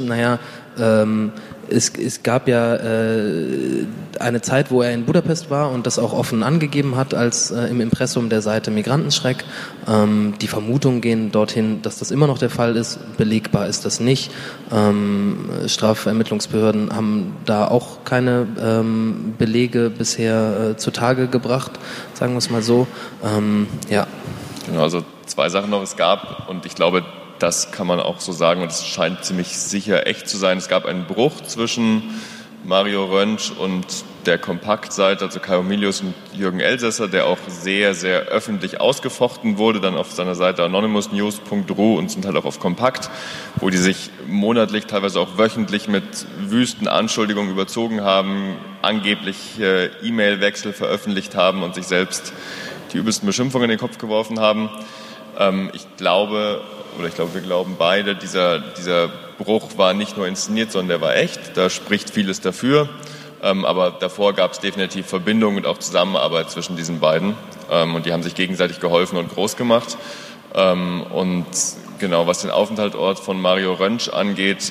es gab ja eine Zeit, wo er in Budapest war und das auch offen angegeben hat als im Impressum der Seite Migrantenschreck. Die Vermutungen gehen dorthin, dass das immer noch der Fall ist. Belegbar ist das nicht. Strafvermittlungsbehörden haben da auch keine Belege bisher zutage gebracht, sagen wir es mal so. Genau, also zwei Sachen noch. Es gab, und ich glaube, das kann man auch so sagen, und es scheint ziemlich sicher echt zu sein, es gab einen Bruch zwischen Mario Rönsch und der Kompaktseite, also Kai Homilius und Jürgen Elsässer, der auch sehr, sehr öffentlich ausgefochten wurde, dann auf seiner Seite anonymousnews.ru und sind halt auch auf Kompakt, wo die sich monatlich, teilweise auch wöchentlich mit wüsten Anschuldigungen überzogen haben, angeblich E-Mail-Wechsel veröffentlicht haben und sich selbst die übelsten Beschimpfungen in den Kopf geworfen haben. Ich glaube, wir glauben beide, dieser Bruch war nicht nur inszeniert, sondern der war echt. Da spricht vieles dafür. Aber davor gab es definitiv Verbindungen und auch Zusammenarbeit zwischen diesen beiden. Und die haben sich gegenseitig geholfen und groß gemacht. Und genau, was den Aufenthaltsort von Mario Rönsch angeht,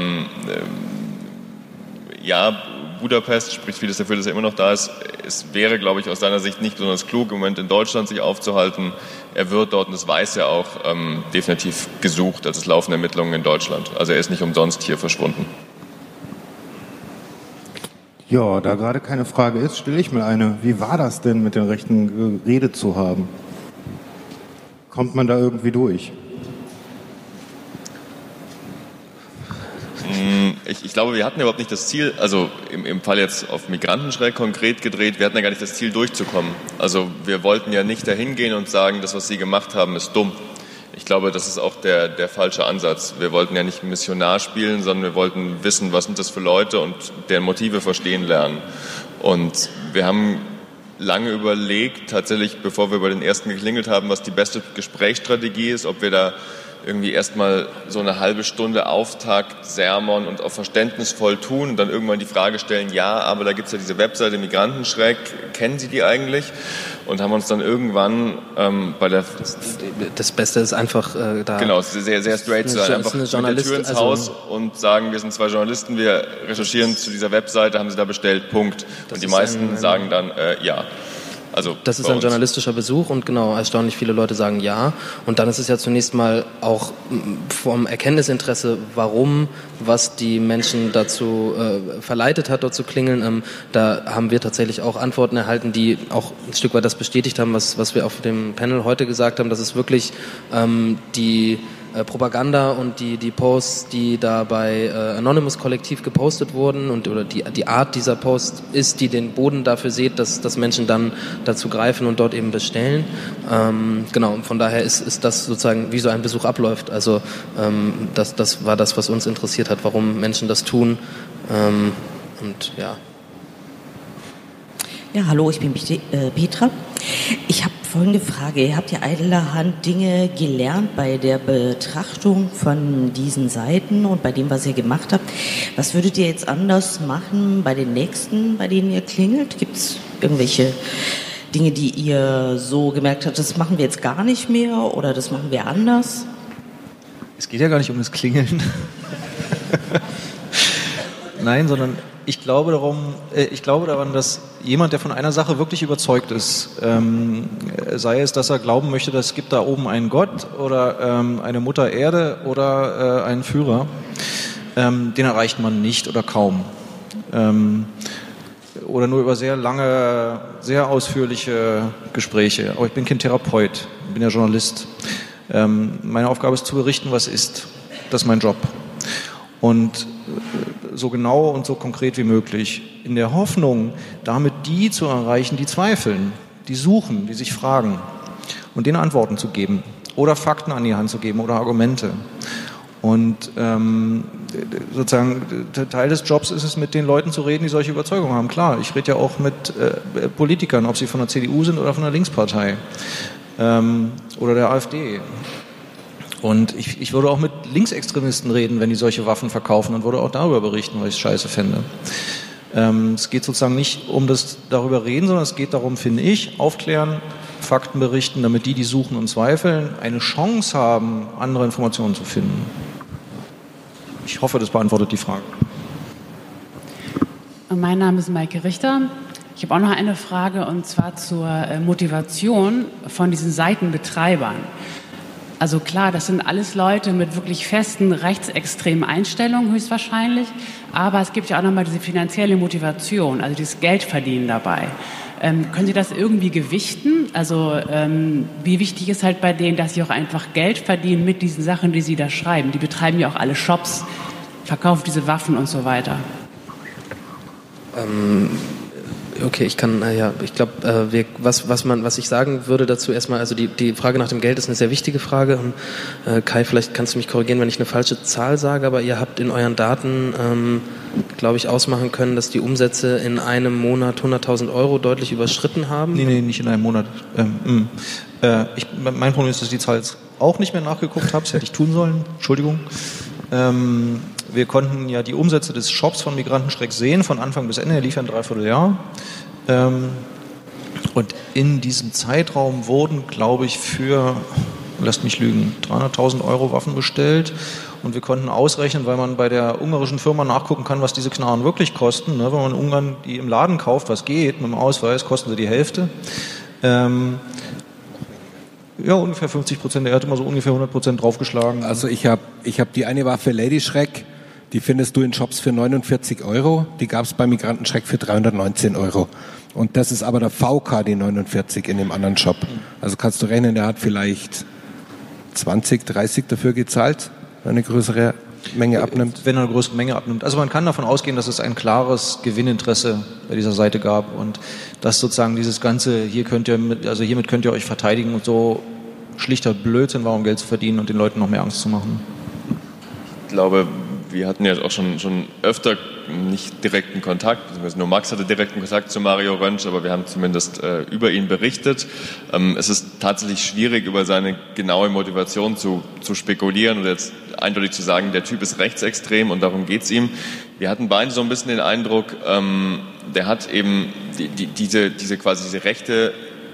Budapest spricht vieles dafür, dass er immer noch da ist. Es wäre, glaube ich, aus seiner Sicht nicht besonders klug, im Moment in Deutschland sich aufzuhalten. Er wird dort, und das weiß er auch, definitiv gesucht. Also es laufen Ermittlungen in Deutschland. Also er ist nicht umsonst hier verschwunden. Ja, da gerade keine Frage ist, stelle ich mal eine. Wie war das denn, mit den Rechten geredet zu haben? Kommt man da irgendwie durch? Ich glaube, wir hatten überhaupt nicht das Ziel, also im Fall jetzt auf Migrantenschreck konkret gedreht, wir hatten ja gar nicht das Ziel, durchzukommen. Also wir wollten ja nicht dahin gehen und sagen, das, was Sie gemacht haben, ist dumm. Ich glaube, das ist auch der falsche Ansatz. Wir wollten ja nicht Missionar spielen, sondern wir wollten wissen, was sind das für Leute und deren Motive verstehen lernen. Und wir haben lange überlegt, tatsächlich, bevor wir bei den ersten geklingelt haben, was die beste Gesprächsstrategie ist, ob wir da irgendwie erstmal so eine halbe Stunde Auftakt, Sermon und auch verständnisvoll tun und dann irgendwann die Frage stellen, ja, aber da gibt es ja diese Webseite Migrantenschreck, kennen Sie die eigentlich? Und haben uns dann irgendwann bei der... Das Beste ist einfach da... Genau, sehr, sehr straight zu sein, einfach mit der Tür ins Haus und sagen, wir sind zwei Journalisten, wir recherchieren zu dieser Webseite, haben Sie da bestellt, Punkt. Und die meisten sagen dann, ja. Also das ist ein journalistischer Besuch und genau, erstaunlich viele Leute sagen ja. Und dann ist es ja zunächst mal auch vom Erkenntnisinteresse, was die Menschen dazu verleitet hat, dort zu klingeln. Da haben wir tatsächlich auch Antworten erhalten, die auch ein Stück weit das bestätigt haben, was wir auf dem Panel heute gesagt haben, dass es wirklich Propaganda und die Posts, die da bei Anonymous Kollektiv gepostet wurden oder die Art dieser Posts ist, die den Boden dafür sieht, dass Menschen dann dazu greifen und dort eben bestellen. Genau, und von daher ist das sozusagen, wie so ein Besuch abläuft. Also das war das, was uns interessiert hat, warum Menschen das tun. Und ja. Ja, hallo, ich bin Petra. Ich habe folgende Frage. Ihr habt ja einerhand Dinge gelernt bei der Betrachtung von diesen Seiten und bei dem, was ihr gemacht habt. Was würdet ihr jetzt anders machen bei den nächsten, bei denen ihr klingelt? Gibt es irgendwelche Dinge, die ihr so gemerkt habt, das machen wir jetzt gar nicht mehr oder das machen wir anders? Es geht ja gar nicht um das Klingeln. Nein, sondern ich glaube daran, dass jemand, der von einer Sache wirklich überzeugt ist, sei es, dass er glauben möchte, dass es gibt da oben einen Gott oder eine Mutter Erde oder einen Führer, den erreicht man nicht oder kaum. Oder nur über sehr lange, sehr ausführliche Gespräche. Aber ich bin kein Therapeut, ich bin ja Journalist. Meine Aufgabe ist zu berichten, was ist. Das ist mein Job. Und so genau und so konkret wie möglich, in der Hoffnung, damit die zu erreichen, die zweifeln, die suchen, die sich fragen und denen Antworten zu geben oder Fakten an die Hand zu geben oder Argumente. Und sozusagen Teil des Jobs ist es, mit den Leuten zu reden, die solche Überzeugungen haben. Klar, ich rede ja auch mit Politikern, ob sie von der CDU sind oder von der Linkspartei oder der AfD. Und ich würde auch mit Linksextremisten reden, wenn die solche Waffen verkaufen und würde auch darüber berichten, weil ich es scheiße fände. Es geht sozusagen nicht um das darüber reden, sondern es geht darum, finde ich, aufklären, Fakten berichten, damit die suchen und zweifeln, eine Chance haben, andere Informationen zu finden. Ich hoffe, das beantwortet die Frage. Mein Name ist Maike Richter. Ich habe auch noch eine Frage, und zwar zur Motivation von diesen Seitenbetreibern. Also klar, das sind alles Leute mit wirklich festen rechtsextremen Einstellungen höchstwahrscheinlich, aber es gibt ja auch nochmal diese finanzielle Motivation, also dieses Geldverdienen dabei. Können Sie das irgendwie gewichten? Also wie wichtig ist halt bei denen, dass sie auch einfach Geld verdienen mit diesen Sachen, die sie da schreiben? Die betreiben ja auch alle Shops, verkaufen diese Waffen und so weiter. Okay, ich glaube, was ich sagen würde dazu erstmal, also die Frage nach dem Geld ist eine sehr wichtige Frage. Kai, vielleicht kannst du mich korrigieren, wenn ich eine falsche Zahl sage, aber ihr habt in euren Daten, glaube ich, ausmachen können, dass die Umsätze in einem Monat 100.000 Euro deutlich überschritten haben. Nee, nicht in einem Monat. Mein Problem ist, dass ich die Zahl jetzt auch nicht mehr nachgeguckt habe, das hätte ich tun sollen, Entschuldigung. Wir konnten ja die Umsätze des Shops von Migrantenschreck sehen, von Anfang bis Ende, er lief ja ein Dreivierteljahr. Und in diesem Zeitraum wurden, glaube ich, für, lasst mich lügen, 300.000 Euro Waffen bestellt. Und wir konnten ausrechnen, weil man bei der ungarischen Firma nachgucken kann, was diese Knarren wirklich kosten. Wenn man in Ungarn die im Laden kauft, was geht, mit dem Ausweis, kosten sie die Hälfte. Ja, ungefähr 50%. Er hat immer so ungefähr 100% draufgeschlagen. Also ich hab die eine Waffe Lady Schreck, die findest du in Shops für 49 Euro. Die gab es bei Migrantenschreck für 319 Euro. Und das ist aber der VK, die 49 in dem anderen Shop. Also kannst du rechnen, der hat vielleicht 20, 30 dafür gezahlt, wenn er eine größere Menge abnimmt. Wenn er eine größere Menge abnimmt. Also man kann davon ausgehen, dass es ein klares Gewinninteresse bei dieser Seite gab und dass sozusagen dieses ganze, hiermit könnt ihr euch verteidigen und so schlichter Blödsinn war, um Geld zu verdienen und den Leuten noch mehr Angst zu machen. Ich glaube, wir hatten ja auch schon öfter nicht direkten Kontakt, beziehungsweise nur Max hatte direkten Kontakt zu Mario Röntsch, aber wir haben zumindest über ihn berichtet. Es ist tatsächlich schwierig, über seine genaue Motivation zu spekulieren oder jetzt eindeutig zu sagen, der Typ ist rechtsextrem und darum geht's ihm. Wir hatten beide so ein bisschen den Eindruck, der hat eben diese rechte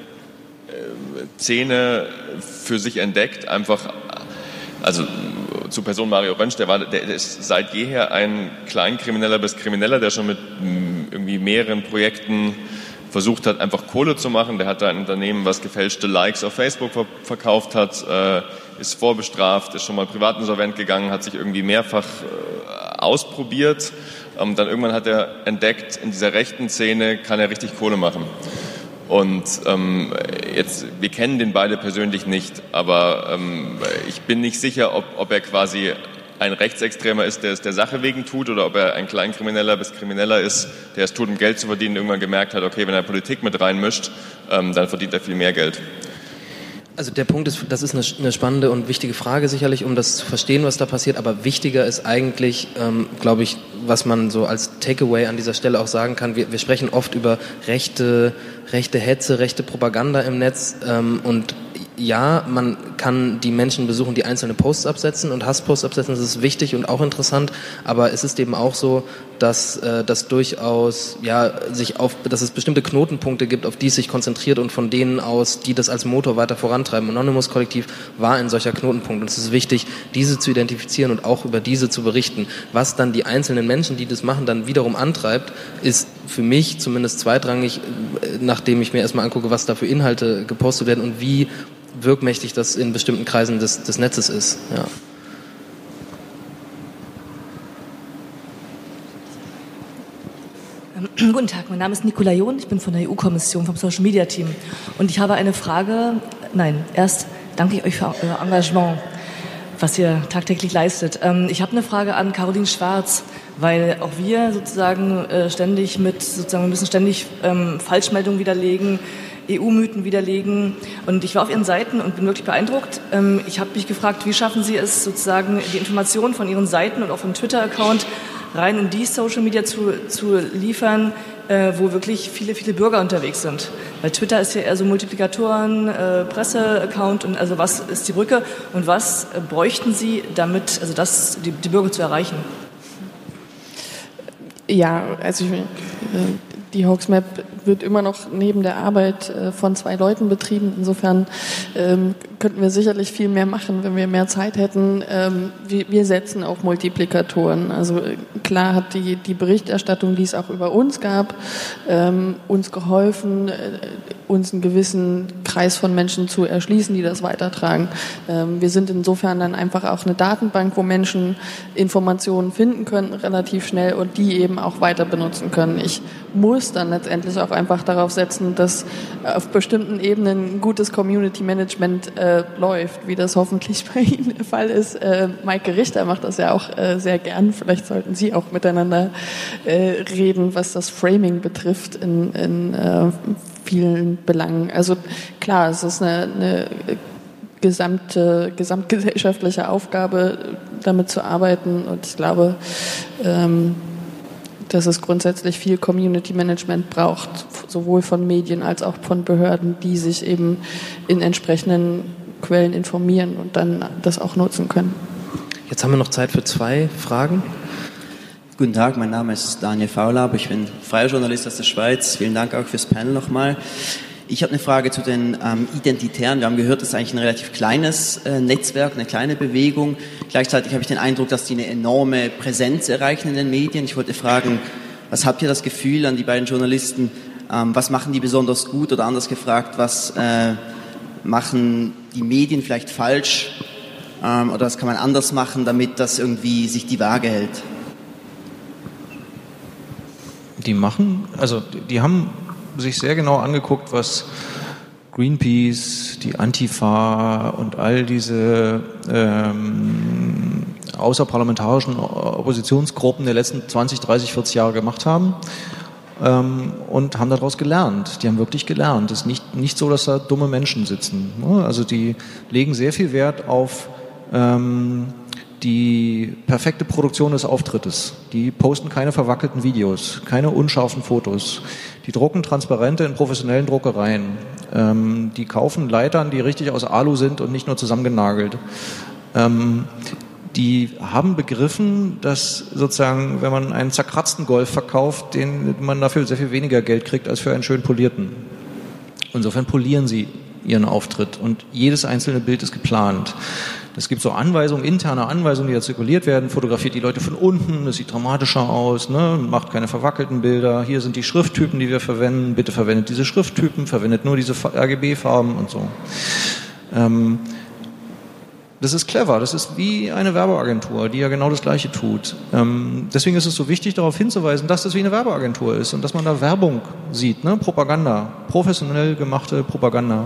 Szene für sich entdeckt, einfach, also zur Person Mario Röntsch, der ist seit jeher ein Kleinkrimineller bis Krimineller, der schon mit irgendwie mehreren Projekten versucht hat, einfach Kohle zu machen. Der hat da ein Unternehmen, was gefälschte Likes auf Facebook verkauft hat, ist vorbestraft, ist schon mal privatinsolvent gegangen, hat sich irgendwie mehrfach ausprobiert. Dann irgendwann hat er entdeckt, in dieser rechten Szene kann er richtig Kohle machen. Und jetzt, wir kennen den beide persönlich nicht, aber ich bin nicht sicher, ob er quasi ein Rechtsextremer ist, der es der Sache wegen tut, oder ob er ein Kleinkrimineller bis Krimineller ist, der es tut, um Geld zu verdienen, irgendwann gemerkt hat, okay, wenn er Politik mit reinmischt, dann verdient er viel mehr Geld. Also der Punkt ist, das ist eine spannende und wichtige Frage sicherlich, um das zu verstehen, was da passiert, aber wichtiger ist eigentlich, glaube ich, was man so als Takeaway an dieser Stelle auch sagen kann, wir sprechen oft über rechte Hetze, rechte Propaganda im Netz und ja, man kann die Menschen besuchen, die einzelne Posts absetzen und Hassposts absetzen, das ist wichtig und auch interessant, aber es ist eben auch so, dass das durchaus dass es bestimmte Knotenpunkte gibt, auf die es sich konzentriert und von denen aus, die das als Motor weiter vorantreiben. Anonymous Kollektiv war ein solcher Knotenpunkt und es ist wichtig, diese zu identifizieren und auch über diese zu berichten. Was dann die einzelnen Menschen, die das machen, dann wiederum antreibt, ist für mich zumindest zweitrangig, nachdem ich mir erstmal angucke, was da für Inhalte gepostet werden und wie wirkmächtig das in bestimmten Kreisen des Netzes ist. Ja. Guten Tag, mein Name ist Nicola John, ich bin von der EU-Kommission, vom Social Media Team. Und ich habe eine Frage, erst danke ich euch für euer Engagement, was ihr tagtäglich leistet. Ich habe eine Frage an Caroline Schwarz, weil auch wir sozusagen wir müssen ständig Falschmeldungen widerlegen, EU-Mythen widerlegen. Und ich war auf Ihren Seiten und bin wirklich beeindruckt. Ich habe mich gefragt, wie schaffen Sie es sozusagen, die Informationen von Ihren Seiten und auch vom Twitter-Account rein in die Social Media zu liefern, wo wirklich viele, viele Bürger unterwegs sind. Weil Twitter ist ja eher so Multiplikatoren, Presse-Account und also was ist die Brücke und was bräuchten Sie damit, also das, die Bürger zu erreichen? Ja, also die Hoaxmap wird immer noch neben der Arbeit von 2 Leuten betrieben. Insofern könnten wir sicherlich viel mehr machen, wenn wir mehr Zeit hätten. Wir setzen auf Multiplikatoren. Also klar hat die Berichterstattung, die es auch über uns gab, uns geholfen, uns einen gewissen Kreis von Menschen zu erschließen, die das weitertragen. Wir sind insofern dann einfach auch eine Datenbank, wo Menschen Informationen finden können, relativ schnell und die eben auch weiter benutzen können. Ich muss dann letztendlich auch einfach darauf setzen, dass auf bestimmten Ebenen ein gutes Community Management läuft, wie das hoffentlich bei Ihnen der Fall ist. Maike Richter macht das ja auch sehr gern. Vielleicht sollten Sie auch miteinander reden, was das Framing betrifft in vielen Belangen. Also klar, es ist eine gesamtgesellschaftliche Aufgabe, damit zu arbeiten und ich glaube, dass es grundsätzlich viel Community Management braucht, sowohl von Medien als auch von Behörden, die sich eben in entsprechenden Quellen informieren und dann das auch nutzen können. Jetzt haben wir noch Zeit für 2 Fragen. Guten Tag, mein Name ist Daniel Faulab, ich bin freier Journalist aus der Schweiz. Vielen Dank auch fürs Panel nochmal. Ich habe eine Frage zu den Identitären. Wir haben gehört, das ist eigentlich ein relativ kleines Netzwerk, eine kleine Bewegung. Gleichzeitig habe ich den Eindruck, dass die eine enorme Präsenz erreichen in den Medien. Ich wollte fragen, was habt ihr das Gefühl an die beiden Journalisten? Was machen die besonders gut? Oder anders gefragt, was machen die Medien vielleicht falsch? Oder was kann man anders machen, damit das irgendwie sich die Waage hält? Die haben sich sehr genau angeguckt, was Greenpeace, die Antifa und all diese außerparlamentarischen Oppositionsgruppen der letzten 20, 30, 40 Jahre gemacht haben und haben daraus gelernt. Die haben wirklich gelernt. Es ist nicht so, dass da dumme Menschen sitzen. Also die legen sehr viel Wert auf die perfekte Produktion des Auftrittes. Die posten keine verwackelten Videos, keine unscharfen Fotos. Die drucken Transparente in professionellen Druckereien. Die kaufen Leitern, die richtig aus Alu sind und nicht nur zusammengenagelt. Die haben begriffen, dass sozusagen, wenn man einen zerkratzten Golf verkauft, den man dafür sehr viel weniger Geld kriegt als für einen schön polierten. Insofern polieren sie ihren Auftritt und jedes einzelne Bild ist geplant. Es gibt so Anweisungen, interne Anweisungen, die da zirkuliert werden, fotografiert die Leute von unten, das sieht dramatischer aus, macht keine verwackelten Bilder, hier sind die Schrifttypen, die wir verwenden, bitte verwendet diese Schrifttypen, verwendet nur diese RGB-Farben und so. Das ist clever, das ist wie eine Werbeagentur, die ja genau das Gleiche tut. Deswegen ist es so wichtig, darauf hinzuweisen, dass das wie eine Werbeagentur ist und dass man da Werbung sieht, ne? Propaganda, professionell gemachte Propaganda.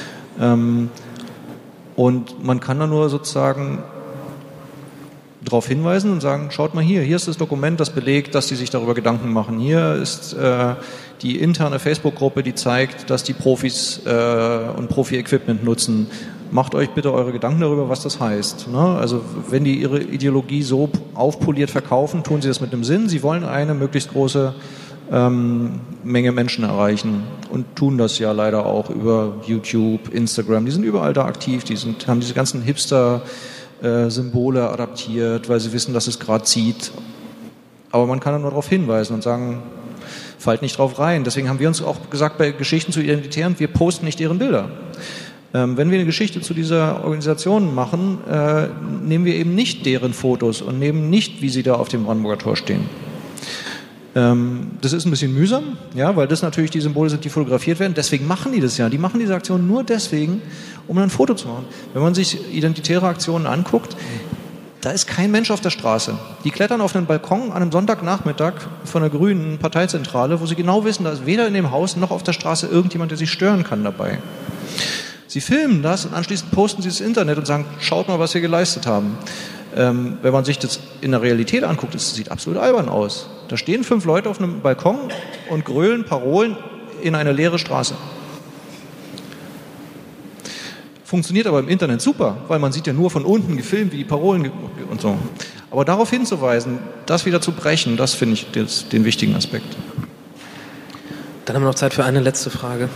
Und man kann da nur sozusagen darauf hinweisen und sagen, schaut mal hier ist das Dokument, das belegt, dass die sich darüber Gedanken machen. Hier ist die interne Facebook-Gruppe, die zeigt, dass die Profis und Profi-Equipment nutzen. Macht euch bitte eure Gedanken darüber, was das heißt. Ne? Also wenn die ihre Ideologie so aufpoliert verkaufen, tun sie das mit einem Sinn. Sie wollen eine möglichst große Menge Menschen erreichen und tun das ja leider auch über YouTube, Instagram. Die sind überall da aktiv, haben diese ganzen Hipster-Symbole adaptiert, weil sie wissen, dass es gerade zieht. Aber man kann dann nur darauf hinweisen und sagen, fallt nicht drauf rein. Deswegen haben wir uns auch gesagt, bei Geschichten zu Identitären, wir posten nicht deren Bilder. Wenn wir eine Geschichte zu dieser Organisation machen, nehmen wir eben nicht deren Fotos und nehmen nicht, wie sie da auf dem Brandenburger Tor stehen. Das ist ein bisschen mühsam, ja, weil das natürlich die Symbole sind, die fotografiert werden. Deswegen machen die das ja. Die machen diese Aktion nur deswegen, um ein Foto zu machen. Wenn man sich identitäre Aktionen anguckt, da ist kein Mensch auf der Straße. Die klettern auf einen Balkon an einem Sonntagnachmittag von der grünen Parteizentrale, wo sie genau wissen, da ist weder in dem Haus noch auf der Straße irgendjemand, der sie stören kann dabei. Sie filmen das und anschließend posten sie es ins Internet und sagen, schaut mal, was wir geleistet haben. Wenn man sich das in der Realität anguckt, es sieht absolut albern aus. Da stehen 5 Leute auf einem Balkon und grölen Parolen in eine leere Straße. Funktioniert aber im Internet super, weil man sieht ja nur von unten gefilmt, wie die Parolen und so. Aber darauf hinzuweisen, das wieder zu brechen, das finde ich den wichtigen Aspekt. Dann haben wir noch Zeit für eine letzte Frage.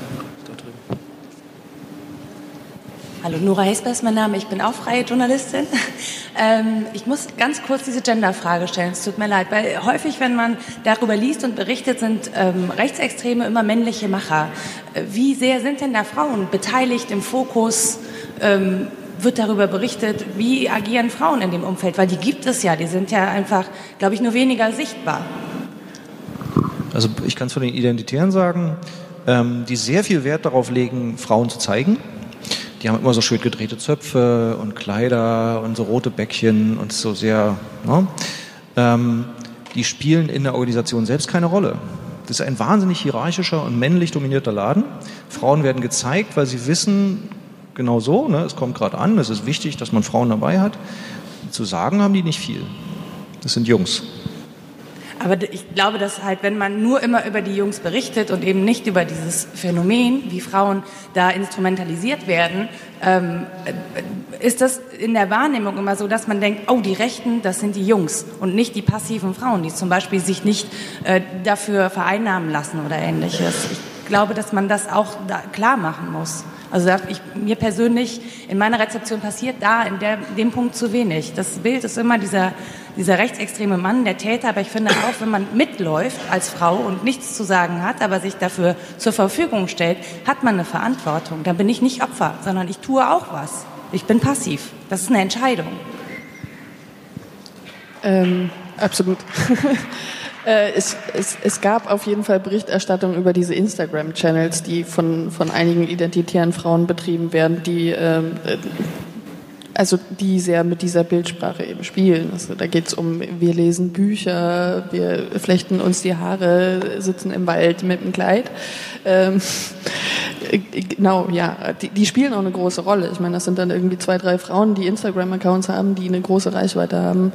Hallo, Nora Hesper ist mein Name, ich bin auch freie Journalistin. Ich muss ganz kurz diese Genderfrage stellen, es tut mir leid, weil häufig, wenn man darüber liest und berichtet, sind Rechtsextreme immer männliche Macher. Wie sehr sind denn da Frauen beteiligt im Fokus? Wird darüber berichtet, wie agieren Frauen in dem Umfeld? Weil die gibt es ja, die sind ja einfach, glaube ich, nur weniger sichtbar. Also ich kann es von den Identitären sagen, die sehr viel Wert darauf legen, Frauen zu zeigen. Die haben immer so schön gedrehte Zöpfe und Kleider und so rote Bäckchen und so sehr, ne? Die spielen in der Organisation selbst keine Rolle. Das ist ein wahnsinnig hierarchischer und männlich dominierter Laden. Frauen werden gezeigt, weil sie wissen, genau so, ne, es kommt gerade an, es ist wichtig, dass man Frauen dabei hat. Zu sagen haben die nicht viel. Das sind Jungs. Aber ich glaube, dass halt, wenn man nur immer über die Jungs berichtet und eben nicht über dieses Phänomen, wie Frauen da instrumentalisiert werden, ist das in der Wahrnehmung immer so, dass man denkt, oh, die Rechten, das sind die Jungs und nicht die passiven Frauen, die zum Beispiel sich nicht dafür vereinnahmen lassen oder Ähnliches. Ich glaube, dass man das auch klar machen muss. Also mir persönlich, in meiner Rezeption passiert da in dem Punkt zu wenig. Das Bild ist immer dieser rechtsextreme Mann, der Täter, aber ich finde auch, wenn man mitläuft als Frau und nichts zu sagen hat, aber sich dafür zur Verfügung stellt, hat man eine Verantwortung. Dann bin ich nicht Opfer, sondern ich tue auch was. Ich bin passiv. Das ist eine Entscheidung. Absolut. Es gab auf jeden Fall Berichterstattung über diese Instagram-Channels, die von einigen identitären Frauen betrieben werden, die sehr mit dieser Bildsprache eben spielen. Also da geht es um, wir lesen Bücher, wir flechten uns die Haare, sitzen im Wald mit einem Kleid. Genau, ja, die spielen auch eine große Rolle. Ich meine, das sind dann irgendwie 2, 3 Frauen, die Instagram-Accounts haben, die eine große Reichweite haben.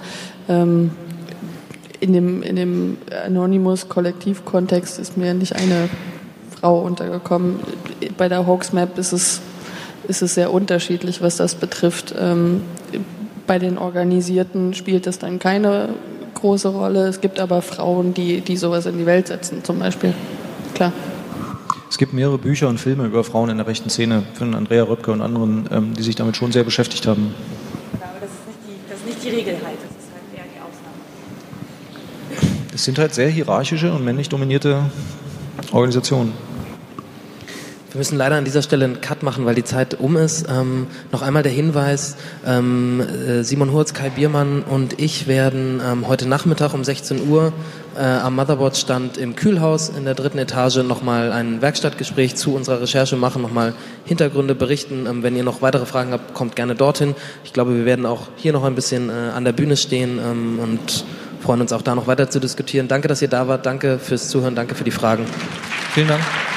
In dem Anonymous-Kollektiv-Kontext ist mir nicht eine Frau untergekommen. Bei der Hoaxmap ist es sehr unterschiedlich, was das betrifft. Bei den Organisierten spielt das dann keine große Rolle. Es gibt aber Frauen, die sowas in die Welt setzen, zum Beispiel. Klar. Es gibt mehrere Bücher und Filme über Frauen in der rechten Szene von Andrea Röpke und anderen, die sich damit schon sehr beschäftigt haben. Aber das ist nicht die Regel halt. Das ist halt eher die Ausnahme. Es sind halt sehr hierarchische und männlich dominierte Organisationen. Wir müssen leider an dieser Stelle einen Cut machen, weil die Zeit um ist. Noch einmal der Hinweis, Simon Hurz, Kai Biermann und ich werden heute Nachmittag um 16 Uhr am Motherboard-Stand im Kühlhaus in der 3. Etage nochmal ein Werkstattgespräch zu unserer Recherche machen, nochmal Hintergründe berichten. Wenn ihr noch weitere Fragen habt, kommt gerne dorthin. Ich glaube, wir werden auch hier noch ein bisschen an der Bühne stehen und freuen uns auch da noch weiter zu diskutieren. Danke, dass ihr da wart. Danke fürs Zuhören. Danke für die Fragen. Vielen Dank.